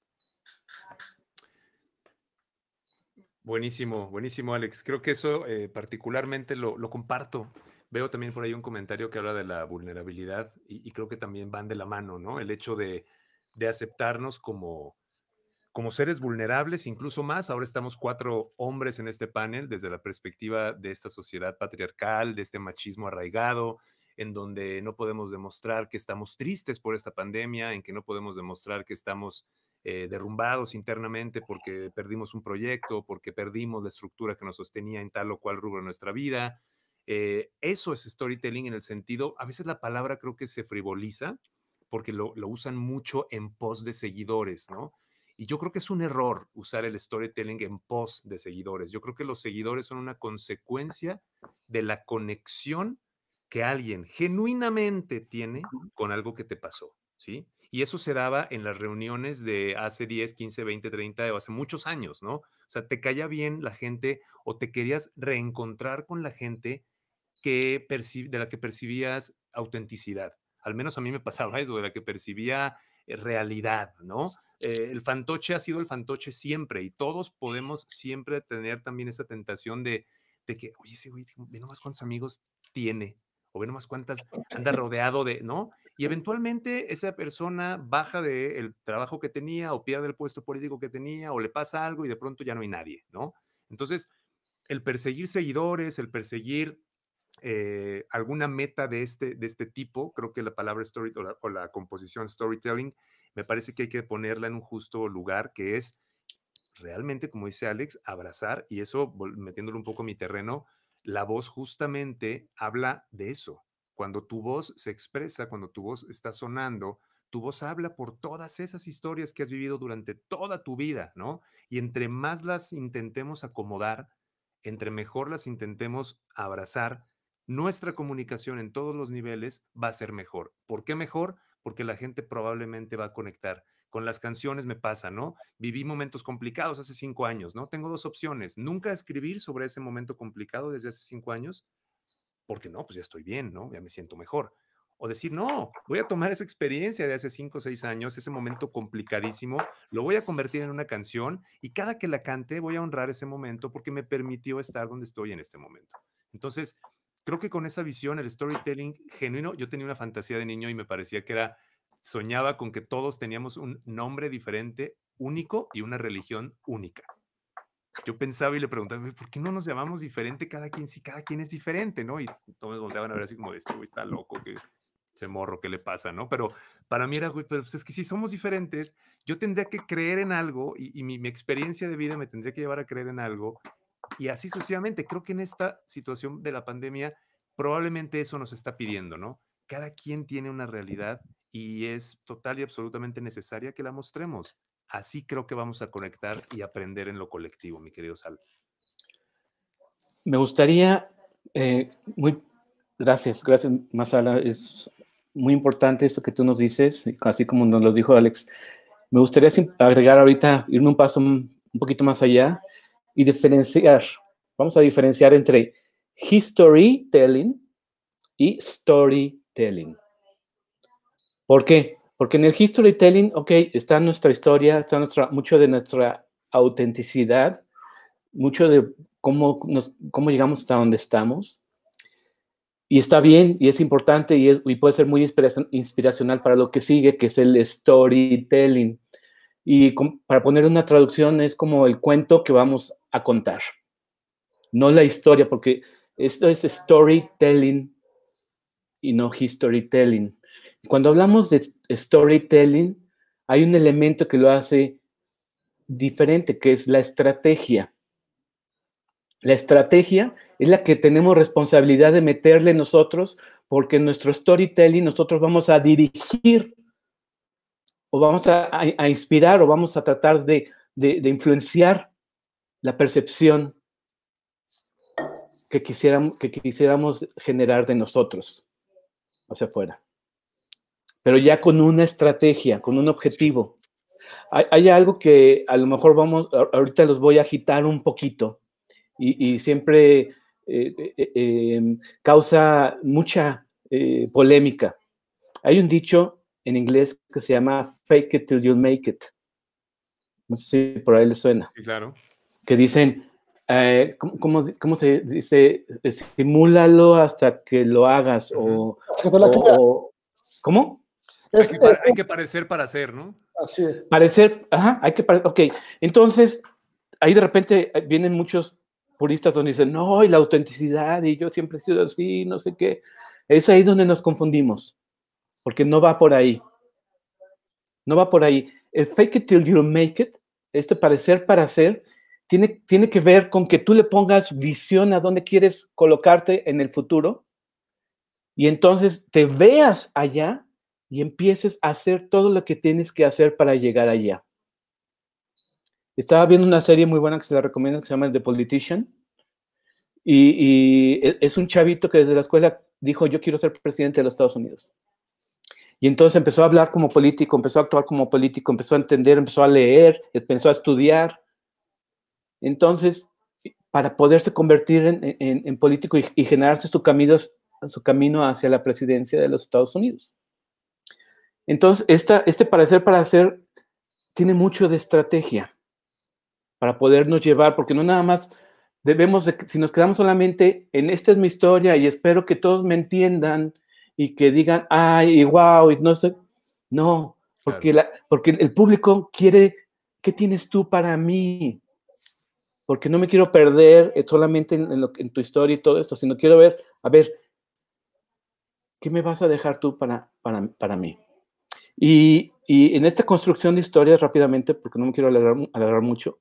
Buenísimo, buenísimo, Alex. Creo que eso particularmente lo comparto. Veo también por ahí un comentario que habla de la vulnerabilidad y creo que también van de la mano, ¿no? El hecho de aceptarnos como seres vulnerables, incluso más. Ahora estamos 4 hombres en este panel desde la perspectiva de esta sociedad patriarcal, de este machismo arraigado, en donde no podemos demostrar que estamos tristes por esta pandemia, en que no podemos demostrar que estamos derrumbados internamente porque perdimos un proyecto, porque perdimos la estructura que nos sostenía en tal o cual rubro de nuestra vida. Eso es storytelling en el sentido, a veces la palabra creo que se frivoliza porque lo usan mucho en pos de seguidores, ¿no? Y yo creo que es un error usar el storytelling en pos de seguidores. Yo creo que los seguidores son una consecuencia de la conexión que alguien genuinamente tiene con algo que te pasó, ¿sí? Y eso se daba en las reuniones de hace 10, 15, 20, 30 o hace muchos años, ¿no? O sea, te caía bien la gente o te querías reencontrar con la gente de la que percibías autenticidad. Al menos a mí me pasaba eso, de la que percibía realidad, ¿no? El fantoche ha sido el fantoche siempre y todos podemos siempre tener también esa tentación de que, oye, ese güey, ve nomás cuántos amigos tiene o ve nomás cuántas anda rodeado de, ¿no? Y eventualmente esa persona baja del trabajo que tenía o pierde el puesto político que tenía o le pasa algo y de pronto ya no hay nadie, ¿no? Entonces, el perseguir seguidores, el perseguir alguna meta de este tipo, creo que la palabra story o la composición storytelling, me parece que hay que ponerla en un justo lugar, que es realmente, como dice Alex, abrazar, y eso, metiéndolo un poco en mi terreno, la voz justamente habla de eso. Cuando tu voz se expresa, cuando tu voz está sonando, tu voz habla por todas esas historias que has vivido durante toda tu vida, ¿no? Y entre más las intentemos acomodar, entre mejor las intentemos abrazar, nuestra comunicación en todos los niveles va a ser mejor. ¿Por qué mejor? Porque la gente probablemente va a conectar. Con las canciones me pasa, ¿no? Viví momentos complicados hace 5 años, ¿no? Tengo 2 opciones. Nunca escribir sobre ese momento complicado desde hace 5 años, porque no, pues ya estoy bien, ¿no? Ya me siento mejor. O decir, no, voy a tomar esa experiencia de hace 5 o 6 años, ese momento complicadísimo, lo voy a convertir en una canción y cada que la cante voy a honrar ese momento porque me permitió estar donde estoy en este momento. Entonces, creo que con esa visión, el storytelling genuino, yo tenía una fantasía de niño y me parecía que soñaba con que todos teníamos un nombre diferente, único y una religión única. Yo pensaba y le preguntaba, ¿por qué no nos llamamos diferente cada quien si cada quien es diferente, ¿no? Y todos me volteaban a ver así como de, este güey está loco, que ese morro, ¿qué le pasa, no? Pero para mí era, güey, pero pues es que si somos diferentes, yo tendría que creer en algo y mi experiencia de vida me tendría que llevar a creer en algo y así sucesivamente. Creo que en esta situación de la pandemia probablemente eso nos está pidiendo, ¿no? Cada quien tiene una realidad y es total y absolutamente necesaria que la mostremos. Así creo que vamos a conectar y aprender en lo colectivo, mi querido Sal. Me gustaría, gracias, Masala, es muy importante esto que tú nos dices, así como nos lo dijo Alex. Me gustaría agregar ahorita, irme un paso un poquito más allá y diferenciar. Vamos a diferenciar entre historytelling y storytelling. ¿Por qué? Porque en el storytelling, ok, está nuestra historia, está mucho de nuestra autenticidad, mucho de cómo llegamos hasta donde estamos. Y está bien, y es importante, y puede ser muy inspiracional para lo que sigue, que es el storytelling. Y para poner una traducción, es como el cuento que vamos a contar, no la historia, porque esto es storytelling y no historytelling. Cuando hablamos de storytelling, hay un elemento que lo hace diferente, que es la estrategia. La estrategia es la que tenemos responsabilidad de meterle nosotros, porque en nuestro storytelling nosotros vamos a dirigir o vamos a inspirar o vamos a tratar de influenciar la percepción que quisiéramos generar de nosotros hacia afuera. Pero ya con una estrategia, con un objetivo. Hay algo que a lo mejor ahorita los voy a agitar un poquito y siempre causa mucha polémica. Hay un dicho en inglés que se llama fake it till you make it. No sé si por ahí les suena. Sí, claro. Que dicen, ¿cómo se dice? Simúlalo hasta que lo hagas. ¿Cómo? Hay que parecer para hacer, ¿no? Así es. Parecer, ajá, hay que parecer. Ok, entonces, ahí de repente vienen muchos puristas donde dicen, no, y la autenticidad, y yo siempre he sido así, no sé qué. Es ahí donde nos confundimos, porque no va por ahí. No va por ahí. El fake it till you make it, parecer para hacer, tiene que ver con que tú le pongas visión a dónde quieres colocarte en el futuro, y entonces te veas allá y empieces a hacer todo lo que tienes que hacer para llegar allá. Estaba viendo una serie muy buena que se la recomiendo, que se llama The Politician, y es un chavito que desde la escuela dijo, yo quiero ser presidente de los Estados Unidos. Y entonces empezó a hablar como político, empezó a actuar como político, empezó a entender, empezó a leer, empezó a estudiar. Entonces, para poderse convertir en político y generarse su camino hacia la presidencia de los Estados Unidos. Entonces, parecer para hacer tiene mucho de estrategia para podernos llevar, porque no nada más si nos quedamos solamente en esta es mi historia y espero que todos me entiendan y que digan, ay, y wow, y no sé, no, porque, claro. Porque el público quiere, ¿qué tienes tú para mí? Porque no me quiero perder solamente en tu historia y todo esto, sino quiero ver, a ver, ¿qué me vas a dejar tú para mí? Y en esta construcción de historias, rápidamente, porque no me quiero alargar mucho,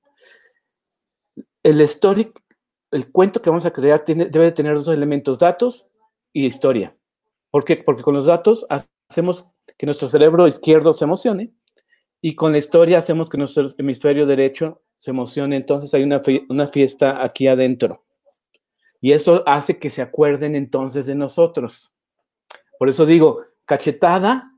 el cuento que vamos a crear debe de tener dos elementos, datos y historia. ¿Por qué? Porque con los datos hacemos que nuestro cerebro izquierdo se emocione y con la historia hacemos que nuestro hemisferio derecho se emocione. Entonces hay una fiesta aquí adentro. Y eso hace que se acuerden entonces de nosotros. Por eso digo, cachetada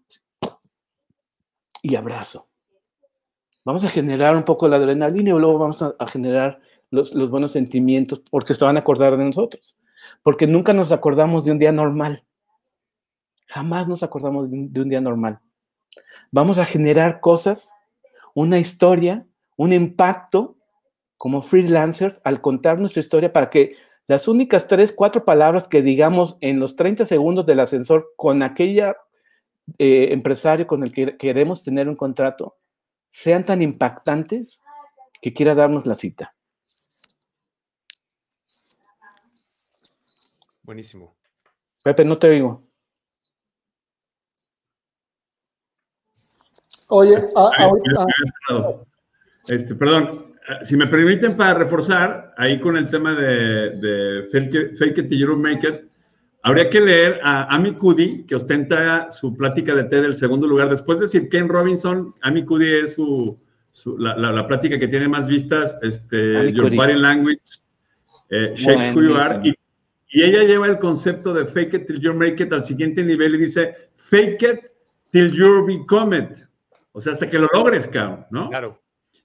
y abrazo. Vamos a generar un poco la adrenalina y luego vamos a generar los buenos sentimientos porque se van a acordar de nosotros. Porque nunca nos acordamos de un día normal. Jamás nos acordamos de un día normal. Vamos a generar cosas, una historia, un impacto como freelancers al contar nuestra historia para que las únicas 3, 4 palabras que digamos en los 30 segundos del ascensor con aquella empresario con el que queremos tener un contrato sean tan impactantes que quiera darnos la cita. Buenísimo. Pepe, no te oigo. Oye, perdón, si me permiten para reforzar, ahí con el tema de fake it till you make it, habría que leer a Amy Cuddy, que ostenta su plática de TED del segundo lugar. Después de Sir Ken Robinson, Amy Cuddy es la plática que tiene más vistas, Your Body Language, Shapes Who You Are, y ella lleva el concepto de fake it till you make it al siguiente nivel y dice, fake it till you become it. O sea, hasta que lo logres, cabrón, ¿no? Claro.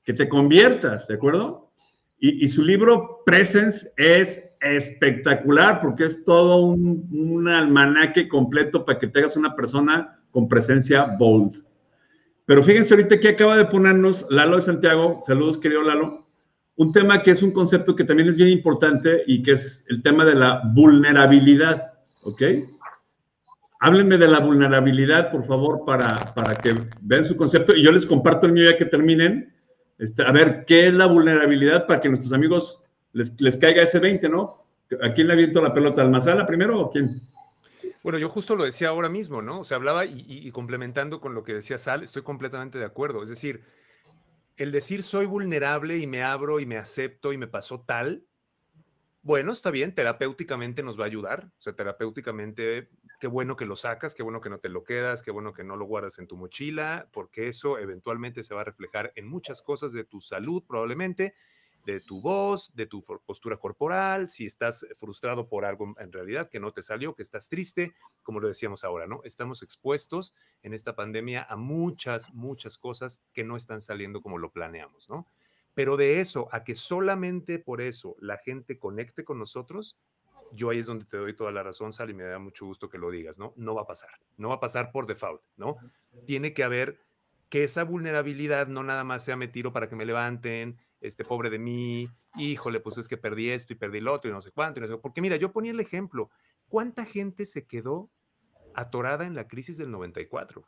que te conviertas, ¿de acuerdo? Y su libro Presence es espectacular porque es todo un almanaque completo para que te hagas una persona con presencia bold. Pero fíjense ahorita que acaba de ponernos Lalo de Santiago, saludos querido Lalo, un tema que es un concepto que también es bien importante y que es el tema de la vulnerabilidad, ¿ok? Háblenme de la vulnerabilidad, por favor, para que vean su concepto y yo les comparto el mío ya que terminen. A ver, ¿qué es la vulnerabilidad para que nuestros amigos les caiga ese 20, ¿no? ¿A quién le aviento la pelota? ¿Al Mazala primero o quién? Bueno, yo justo lo decía ahora mismo, ¿no? O sea, hablaba y complementando con lo que decía Sal, estoy completamente de acuerdo. Es decir, el decir soy vulnerable y me abro y me acepto y me pasó tal, bueno, está bien, terapéuticamente nos va a ayudar. O sea, terapéuticamente, qué bueno que lo sacas, qué bueno que no te lo quedas, qué bueno que no lo guardas en tu mochila, porque eso eventualmente se va a reflejar en muchas cosas de tu salud, probablemente, de tu voz, de tu postura corporal, si estás frustrado por algo en realidad que no te salió, que estás triste, como lo decíamos ahora, ¿no? Estamos expuestos en esta pandemia a muchas cosas que no están saliendo como lo planeamos, ¿no? Pero de eso a que solamente por eso la gente conecte con nosotros, yo ahí es donde te doy toda la razón, Sal, y me da mucho gusto que lo digas, ¿no? No va a pasar por default, ¿no? Tiene que haber que esa vulnerabilidad no nada más sea me tiro para que me levanten, pobre de mí, híjole, pues es que perdí esto y perdí lo otro y no sé cuánto, y no sé, porque mira, yo ponía el ejemplo, ¿cuánta gente se quedó atorada en la crisis del 94?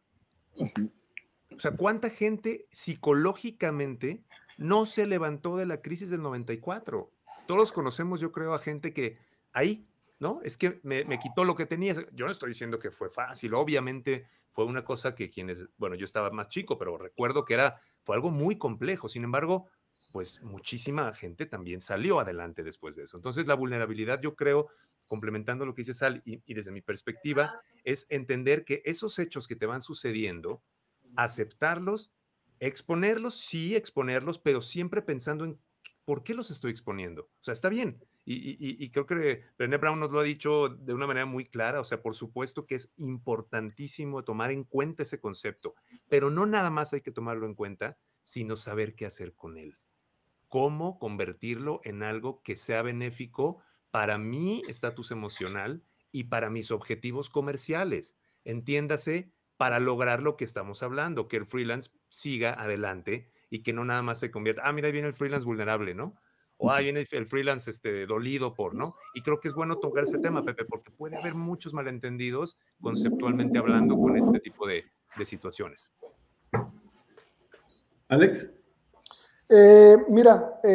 O sea, ¿cuánta gente psicológicamente no se levantó de la crisis del 94? Todos conocemos, yo creo, a gente que ahí, ¿no? Es que me quitó lo que tenía. Yo no estoy diciendo que fue fácil, obviamente fue una cosa que bueno, yo estaba más chico, pero recuerdo que fue algo muy complejo. Sin embargo, pues muchísima gente también salió adelante después de eso. Entonces, la vulnerabilidad, yo creo, complementando lo que dice Sal y desde mi perspectiva, es entender que esos hechos que te van sucediendo, aceptarlos, exponerlos, sí, exponerlos, pero siempre pensando en por qué los estoy exponiendo. O sea, está bien. Y creo que Brené Brown nos lo ha dicho de una manera muy clara. O sea, por supuesto que es importantísimo tomar en cuenta ese concepto, pero no nada más hay que tomarlo en cuenta, sino saber qué hacer con él. Cómo convertirlo en algo que sea benéfico para mi estatus emocional y para mis objetivos comerciales. Entiéndase, para lograr lo que estamos hablando, que el freelance siga adelante y que no nada más se convierta, mira, ahí viene el freelance vulnerable, ¿no? O ahí viene el freelance dolido por, ¿no? Y creo que es bueno tocar ese tema, Pepe, porque puede haber muchos malentendidos conceptualmente hablando con este tipo de situaciones. Alex. Mira,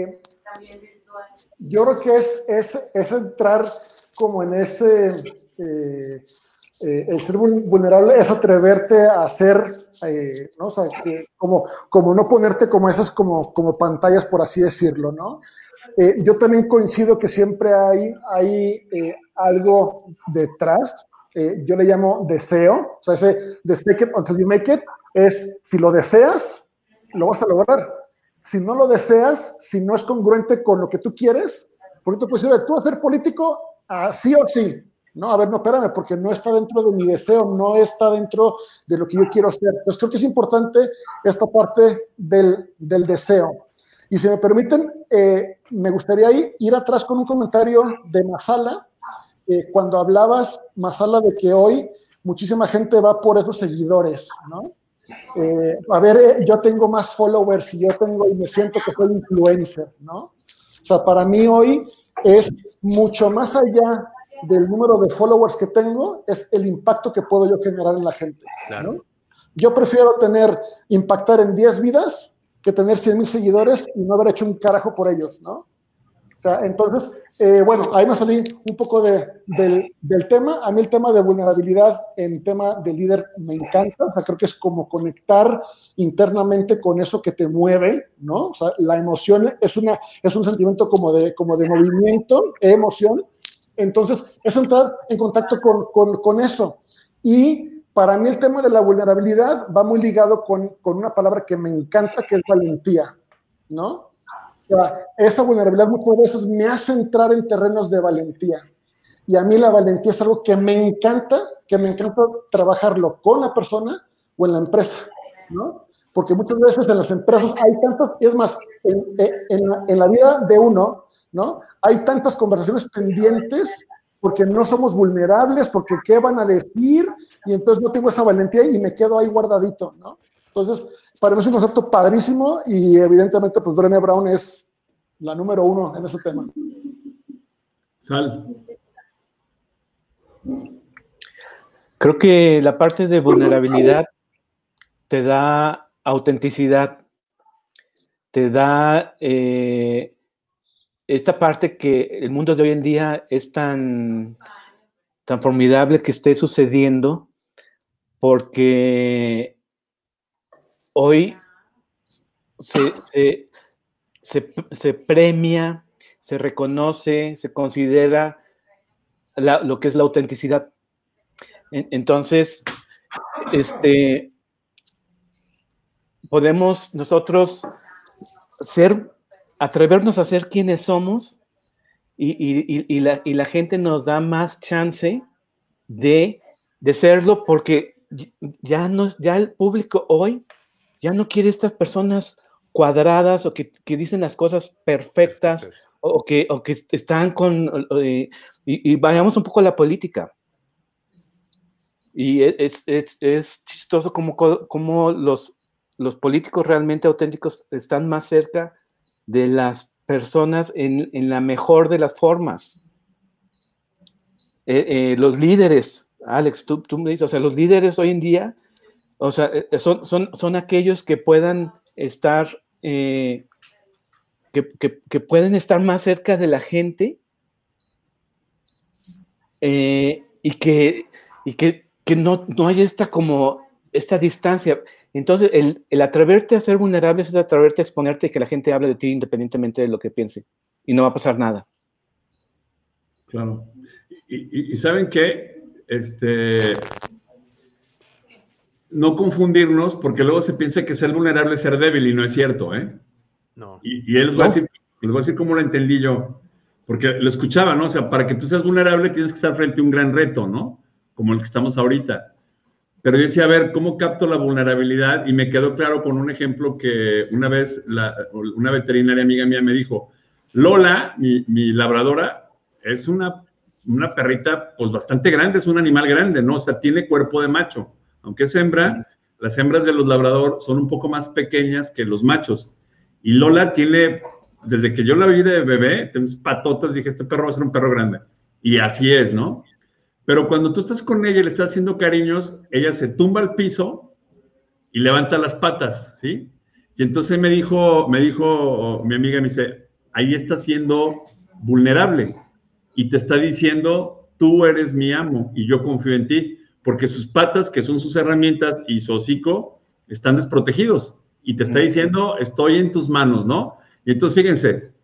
yo creo que es entrar como en ese... el ser vulnerable es atreverte a hacer, ¿no? O sea, como no ponerte como esas como pantallas, por así decirlo, ¿no? Yo también coincido que siempre hay algo detrás, yo le llamo deseo, o sea, ese de fake it until you make it, es si lo deseas, lo vas a lograr. Si no lo deseas, si no es congruente con lo que tú quieres, porque tú puedes decir, tú vas a ser político, sí o sí. No, a ver, no, espérame, porque no está dentro de mi deseo, no está dentro de lo que yo quiero hacer. Entonces creo que es importante esta parte del deseo. Y si me permiten, me gustaría ir atrás con un comentario de Mazala, cuando hablabas, Mazala, de que hoy muchísima gente va por esos seguidores, ¿no? A ver, yo tengo más followers y me siento que soy influencer, ¿no? O sea, para mí hoy es mucho más allá del número de followers que tengo, es el impacto que puedo yo generar en la gente, claro, ¿no? Yo prefiero impactar en 10 vidas que tener 100,000 seguidores y no haber hecho un carajo por ellos, ¿no? O sea, entonces, bueno, ahí me salí un poco del tema. A mí el tema de vulnerabilidad en tema de líder me encanta. O sea, creo que es como conectar internamente con eso que te mueve, ¿no? O sea, la emoción es un sentimiento como de movimiento, emoción. Entonces, es entrar en contacto con eso. Y para mí el tema de la vulnerabilidad va muy ligado con una palabra que me encanta, que es valentía, ¿no? O sea, esa vulnerabilidad muchas veces me hace entrar en terrenos de valentía. Y a mí la valentía es algo que me encanta trabajarlo con la persona o en la empresa, ¿no? porque muchas veces en las empresas hay tantas, es más, en la vida de uno, ¿no? Hay tantas conversaciones pendientes porque no somos vulnerables, porque qué van a decir, y entonces no tengo esa valentía y me quedo ahí guardadito, ¿no? Entonces, para mí es un concepto padrísimo y evidentemente pues Brené Brown es la número 1 en ese tema. Sal. Creo que la parte de vulnerabilidad te da autenticidad, te da esta parte que el mundo de hoy en día es tan formidable que esté sucediendo, porque hoy se premia, se reconoce, se considera lo que es la autenticidad. Entonces, podemos nosotros atrevernos a ser quienes somos y la gente nos da más chance de serlo, porque ya el público hoy ya no quiere estas personas cuadradas o que dicen las cosas perfectas o que están con... y vayamos un poco a la política. Y es chistoso como los políticos realmente auténticos están más cerca de las personas en la mejor de las formas. Los líderes, Alex, tú me dices, o sea, los líderes hoy en día, o sea, son aquellos que puedan estar, que pueden estar más cerca de la gente y que no hay esta distancia. Entonces, el atreverte a ser vulnerable es atreverte a exponerte y que la gente hable de ti independientemente de lo que piense. Y no va a pasar nada. Claro. Y ¿saben qué? No confundirnos, porque luego se piensa que ser vulnerable es ser débil, y no es cierto, ¿eh? No. Y él les voy a decir cómo lo entendí yo. Porque lo escuchaba, ¿no? O sea, para que tú seas vulnerable tienes que estar frente a un gran reto, ¿no? Como el que estamos ahorita. Pero yo decía, a ver, ¿cómo capto la vulnerabilidad? Y me quedó claro con un ejemplo que una vez una veterinaria amiga mía me dijo, Lola, mi labradora, es una perrita pues bastante grande, es un animal grande, ¿no? O sea, tiene cuerpo de macho. Aunque es hembra, las hembras de los labrador son un poco más pequeñas que los machos. Y Lola tiene, desde que yo la vi de bebé, tiene patotas, dije, este perro va a ser un perro grande. Y así es, ¿no? Pero cuando tú estás con ella y le estás haciendo cariños, ella se tumba al piso y levanta las patas, ¿sí? Y entonces me dijo mi amiga, me dice, ahí está siendo vulnerable y te está diciendo, tú eres mi amo y yo confío en ti, porque sus patas, que son sus herramientas, y su hocico están desprotegidos y te está diciendo, estoy en tus manos, ¿no? Y entonces fíjense,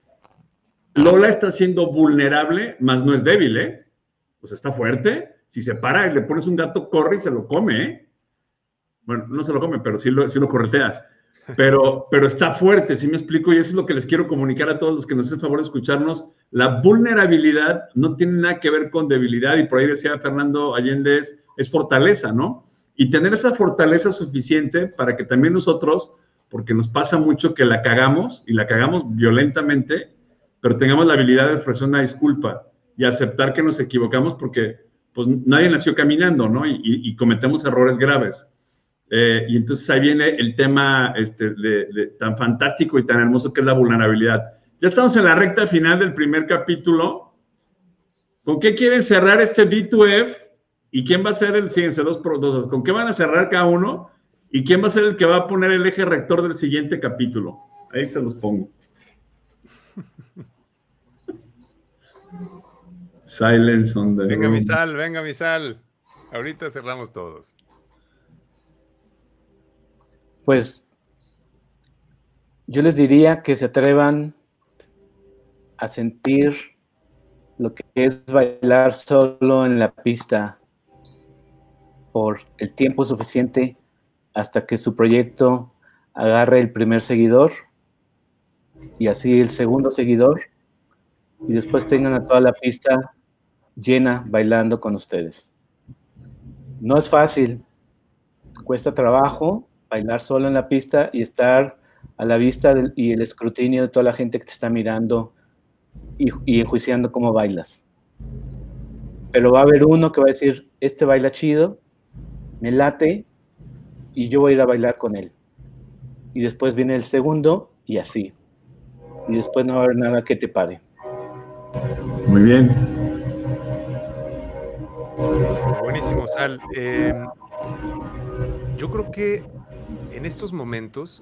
Lola está siendo vulnerable, mas no es débil, ¿eh? Pues está fuerte. Si se para y le pones un gato, corre y se lo come, ¿eh? Bueno, no se lo come, pero sí lo corretea. Pero está fuerte, ¿sí me explico? Y eso es lo que les quiero comunicar a todos los que nos hacen favor de escucharnos. La vulnerabilidad no tiene nada que ver con debilidad, y por ahí decía Fernando Allende, es fortaleza, ¿no? Y tener esa fortaleza suficiente para que también nosotros, porque nos pasa mucho que la cagamos, y la cagamos violentamente, pero tengamos la habilidad de expresar una disculpa y aceptar que nos equivocamos, porque pues nadie nació caminando, ¿no? Y cometemos errores graves. Y entonces ahí viene el tema tan fantástico y tan hermoso que es la vulnerabilidad. Ya estamos en la recta final del primer capítulo. ¿Con qué quieren cerrar este B2F? ¿Y quién va a ser fíjense, dos, ¿con qué van a cerrar cada uno? ¿Y quién va a ser el que va a poner el eje rector del siguiente capítulo? Ahí se los pongo. Silence on the Venga, room. venga, mi sal. Ahorita cerramos todos. Pues yo les diría que se atrevan a sentir lo que es bailar solo en la pista por el tiempo suficiente hasta que su proyecto agarre el primer seguidor y así el segundo seguidor, y después tengan a toda la pista llena bailando con ustedes. No es fácil, cuesta trabajo, bailar solo en la pista y estar a la vista y el escrutinio de toda la gente que te está mirando y enjuiciando cómo bailas. Pero va a haber uno que va a decir, este baila chido, me late, y yo voy a ir a bailar con él. Y después viene el segundo, y así. Y después no va a haber nada que te pare. Muy bien. Buenísimo, Sal. Yo creo que en estos momentos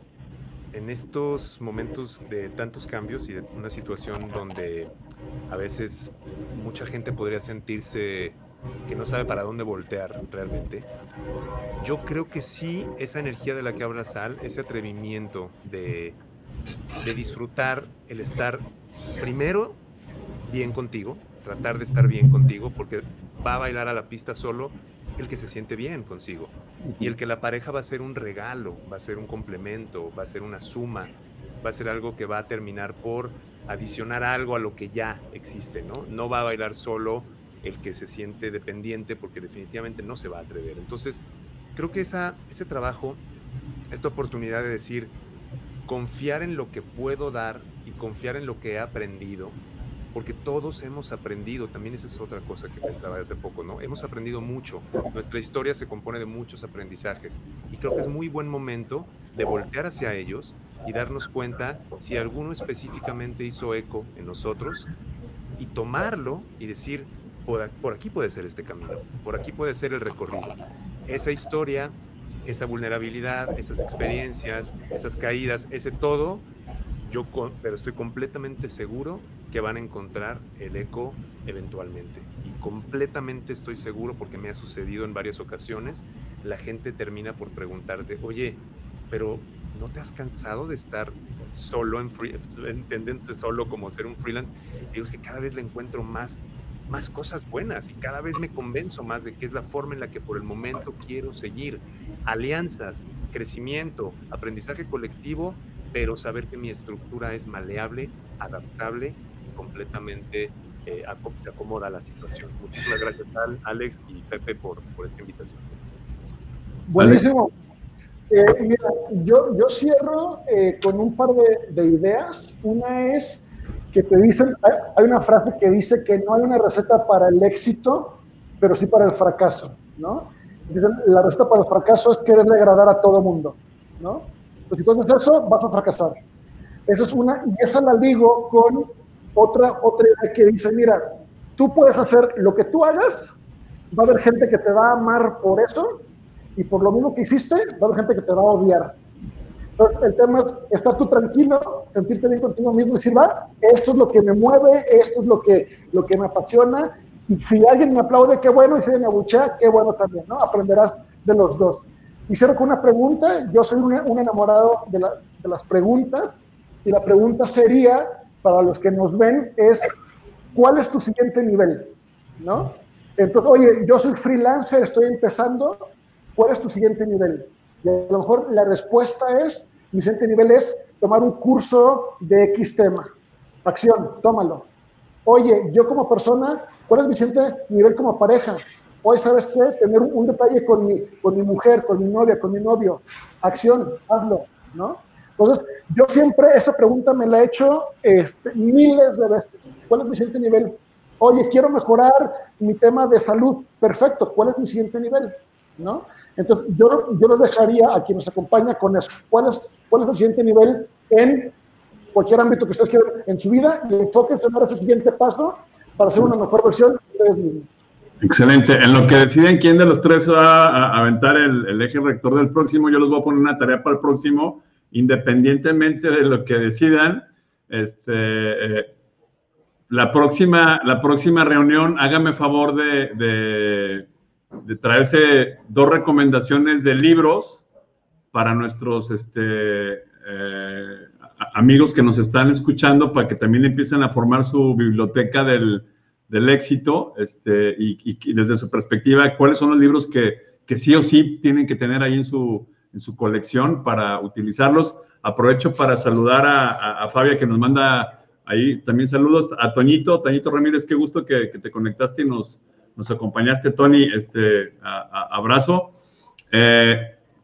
de tantos cambios y de una situación donde a veces mucha gente podría sentirse que no sabe para dónde voltear realmente, yo creo que sí, esa energía de la que habla Sal, ese atrevimiento de disfrutar el estar primero bien contigo, tratar de estar bien contigo, porque va a bailar a la pista solo el que se siente bien consigo. Y el que la pareja va a ser un regalo, va a ser un complemento, va a ser una suma, va a ser algo que va a terminar por adicionar algo a lo que ya existe, ¿no? No va a bailar solo el que se siente dependiente, porque definitivamente no se va a atrever. Entonces, creo que ese trabajo, esta oportunidad de decir, confiar en lo que puedo dar y confiar en lo que he aprendido, porque todos hemos aprendido, también esa es otra cosa que pensaba hace poco, ¿no? Hemos aprendido mucho, nuestra historia se compone de muchos aprendizajes y creo que es muy buen momento de voltear hacia ellos y darnos cuenta si alguno específicamente hizo eco en nosotros y tomarlo y decir, por aquí puede ser este camino, por aquí puede ser el recorrido. Esa historia, esa vulnerabilidad, esas experiencias, esas caídas, ese todo, pero estoy completamente seguro que van a encontrar el eco eventualmente. Y completamente estoy seguro, porque me ha sucedido en varias ocasiones, la gente termina por preguntarte, oye, pero ¿no te has cansado de estar solo entendiéndose solo como ser un freelance? Y digo, es que cada vez le encuentro más cosas buenas y cada vez me convenzo más de que es la forma en la que por el momento quiero seguir. Alianzas, crecimiento, aprendizaje colectivo, pero saber que mi estructura es maleable, adaptable y completamente se acomoda a la situación. Muchísimas gracias, Alex y Pepe, por esta invitación. Buenísimo. Mira, yo cierro con un par de ideas. Una es que te dicen, hay una frase que dice que no hay una receta para el éxito, pero sí para el fracaso, ¿no? Dicen, la receta para el fracaso es quererle agradar a todo mundo, ¿no? Pues si tú haces eso, vas a fracasar. Eso es una, y esa la ligo con otra idea que dice, mira, tú puedes hacer lo que tú hagas, va a haber gente que te va a amar por eso, y por lo mismo que hiciste, va a haber gente que te va a odiar. Entonces, el tema es estar tú tranquilo, sentirte bien contigo mismo y decir, va, esto es lo que me mueve, esto es lo que me apasiona, y si alguien me aplaude, qué bueno, y si alguien me abuchea, qué bueno también, ¿no? Aprenderás de los dos. Y cierro con una pregunta. Yo soy un enamorado de las preguntas, y la pregunta sería, para los que nos ven, es, ¿cuál es tu siguiente nivel? ¿No? Entonces, oye, yo soy freelancer, estoy empezando, ¿cuál es tu siguiente nivel? Y a lo mejor la respuesta es, mi siguiente nivel es tomar un curso de X tema. Acción, tómalo. Oye, yo como persona, ¿cuál es mi siguiente nivel como pareja? Hoy, ¿sabes qué? Tener un detalle con mi mujer, con mi novia, con mi novio. Acción, hazlo, ¿no? Entonces, yo siempre esa pregunta me la he hecho miles de veces. ¿Cuál es mi siguiente nivel? Oye, quiero mejorar mi tema de salud. Perfecto, ¿cuál es mi siguiente nivel? ¿No? Entonces, yo los dejaría a quien nos acompaña con eso. ¿Cuál es el siguiente nivel en cualquier ámbito que ustedes quieran en su vida? Y enfóquense en dar ese siguiente paso para hacer una mejor versión de ustedes mismos. Excelente. En lo que deciden quién de los tres va a aventar el eje rector del próximo, yo les voy a poner una tarea para el próximo, independientemente de lo que decidan. La próxima reunión, hágame favor de traerse 2 recomendaciones de libros para nuestros amigos que nos están escuchando, para que también empiecen a formar su biblioteca del éxito, y desde su perspectiva, cuáles son los libros que sí o sí tienen que tener ahí en su colección para utilizarlos. Aprovecho para saludar a Fabia, que nos manda ahí también saludos, a Toñito Ramírez, qué gusto que te conectaste y nos acompañaste, Tony, abrazo.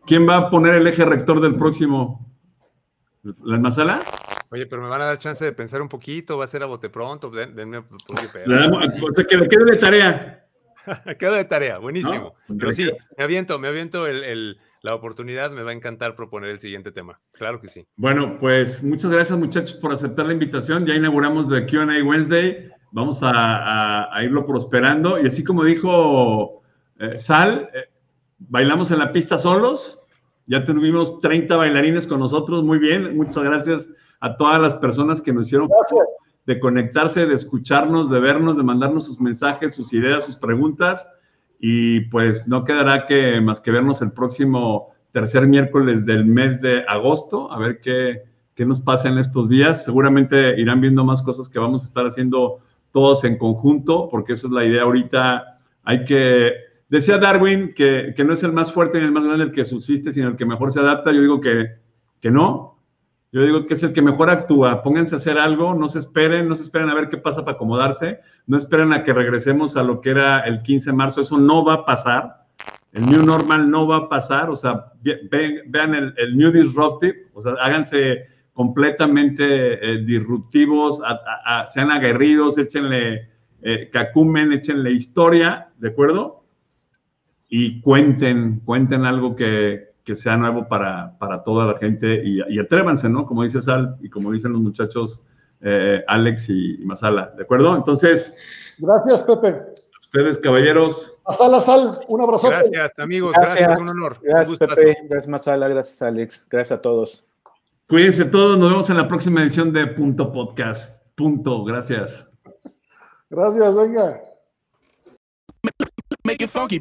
¿Quién va a poner el eje rector del próximo? ¿La Masala? Oye, pero me van a dar chance de pensar un poquito, va a ser a bote pronto, denme un poquito de O sea, que le quede de tarea. Queda de tarea, buenísimo. ¿No? Pero sí, me aviento la oportunidad, me va a encantar proponer el siguiente tema. Claro que sí. Bueno, pues muchas gracias, muchachos, por aceptar la invitación. Ya inauguramos The Q&A Wednesday. Vamos a irlo prosperando. Y así como dijo Sal, bailamos en la pista solos. Ya tuvimos 30 bailarines con nosotros. Muy bien. Muchas gracias a todas las personas que nos hicieron de conectarse, de escucharnos, de vernos, de mandarnos sus mensajes, sus ideas, sus preguntas. Y pues no quedará más que vernos el próximo tercer miércoles del mes de agosto, a ver qué nos pasa en estos días. Seguramente irán viendo más cosas que vamos a estar haciendo todos en conjunto, porque eso es la idea ahorita. Decía Darwin que no es el más fuerte ni el más grande el que subsiste, sino el que mejor se adapta. Yo digo que no. Yo digo que es el que mejor actúa. Pónganse a hacer algo, no se esperen a ver qué pasa para acomodarse, no esperen a que regresemos a lo que era el 15 de marzo, eso no va a pasar, el New Normal no va a pasar, o sea, vean el New Disruptive, o sea, háganse completamente disruptivos, sean aguerridos, échenle cacumen, échenle historia, ¿de acuerdo? Y cuenten algo que sea nuevo para toda la gente y atrévanse, ¿no? Como dice Sal y como dicen los muchachos Alex y Masala, ¿de acuerdo? Entonces... Gracias, Pepe. Ustedes, caballeros. Sal, un abrazo. Gracias, amigos, gracias, un honor. Gracias, Pepe, gracias, Masala, gracias, Alex, gracias a todos. Cuídense todos, nos vemos en la próxima edición de Punto Podcast. Gracias. Gracias, venga. Make it funky.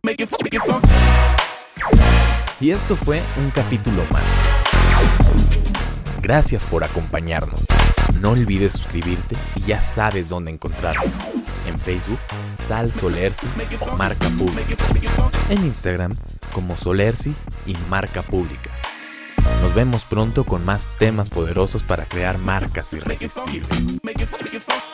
Y esto fue un capítulo más. Gracias por acompañarnos. No olvides suscribirte y ya sabes dónde encontrarnos. En Facebook, Sal Solersi o Marca Pública. En Instagram, como Solersi y Marca Pública. Nos vemos pronto con más temas poderosos para crear marcas irresistibles.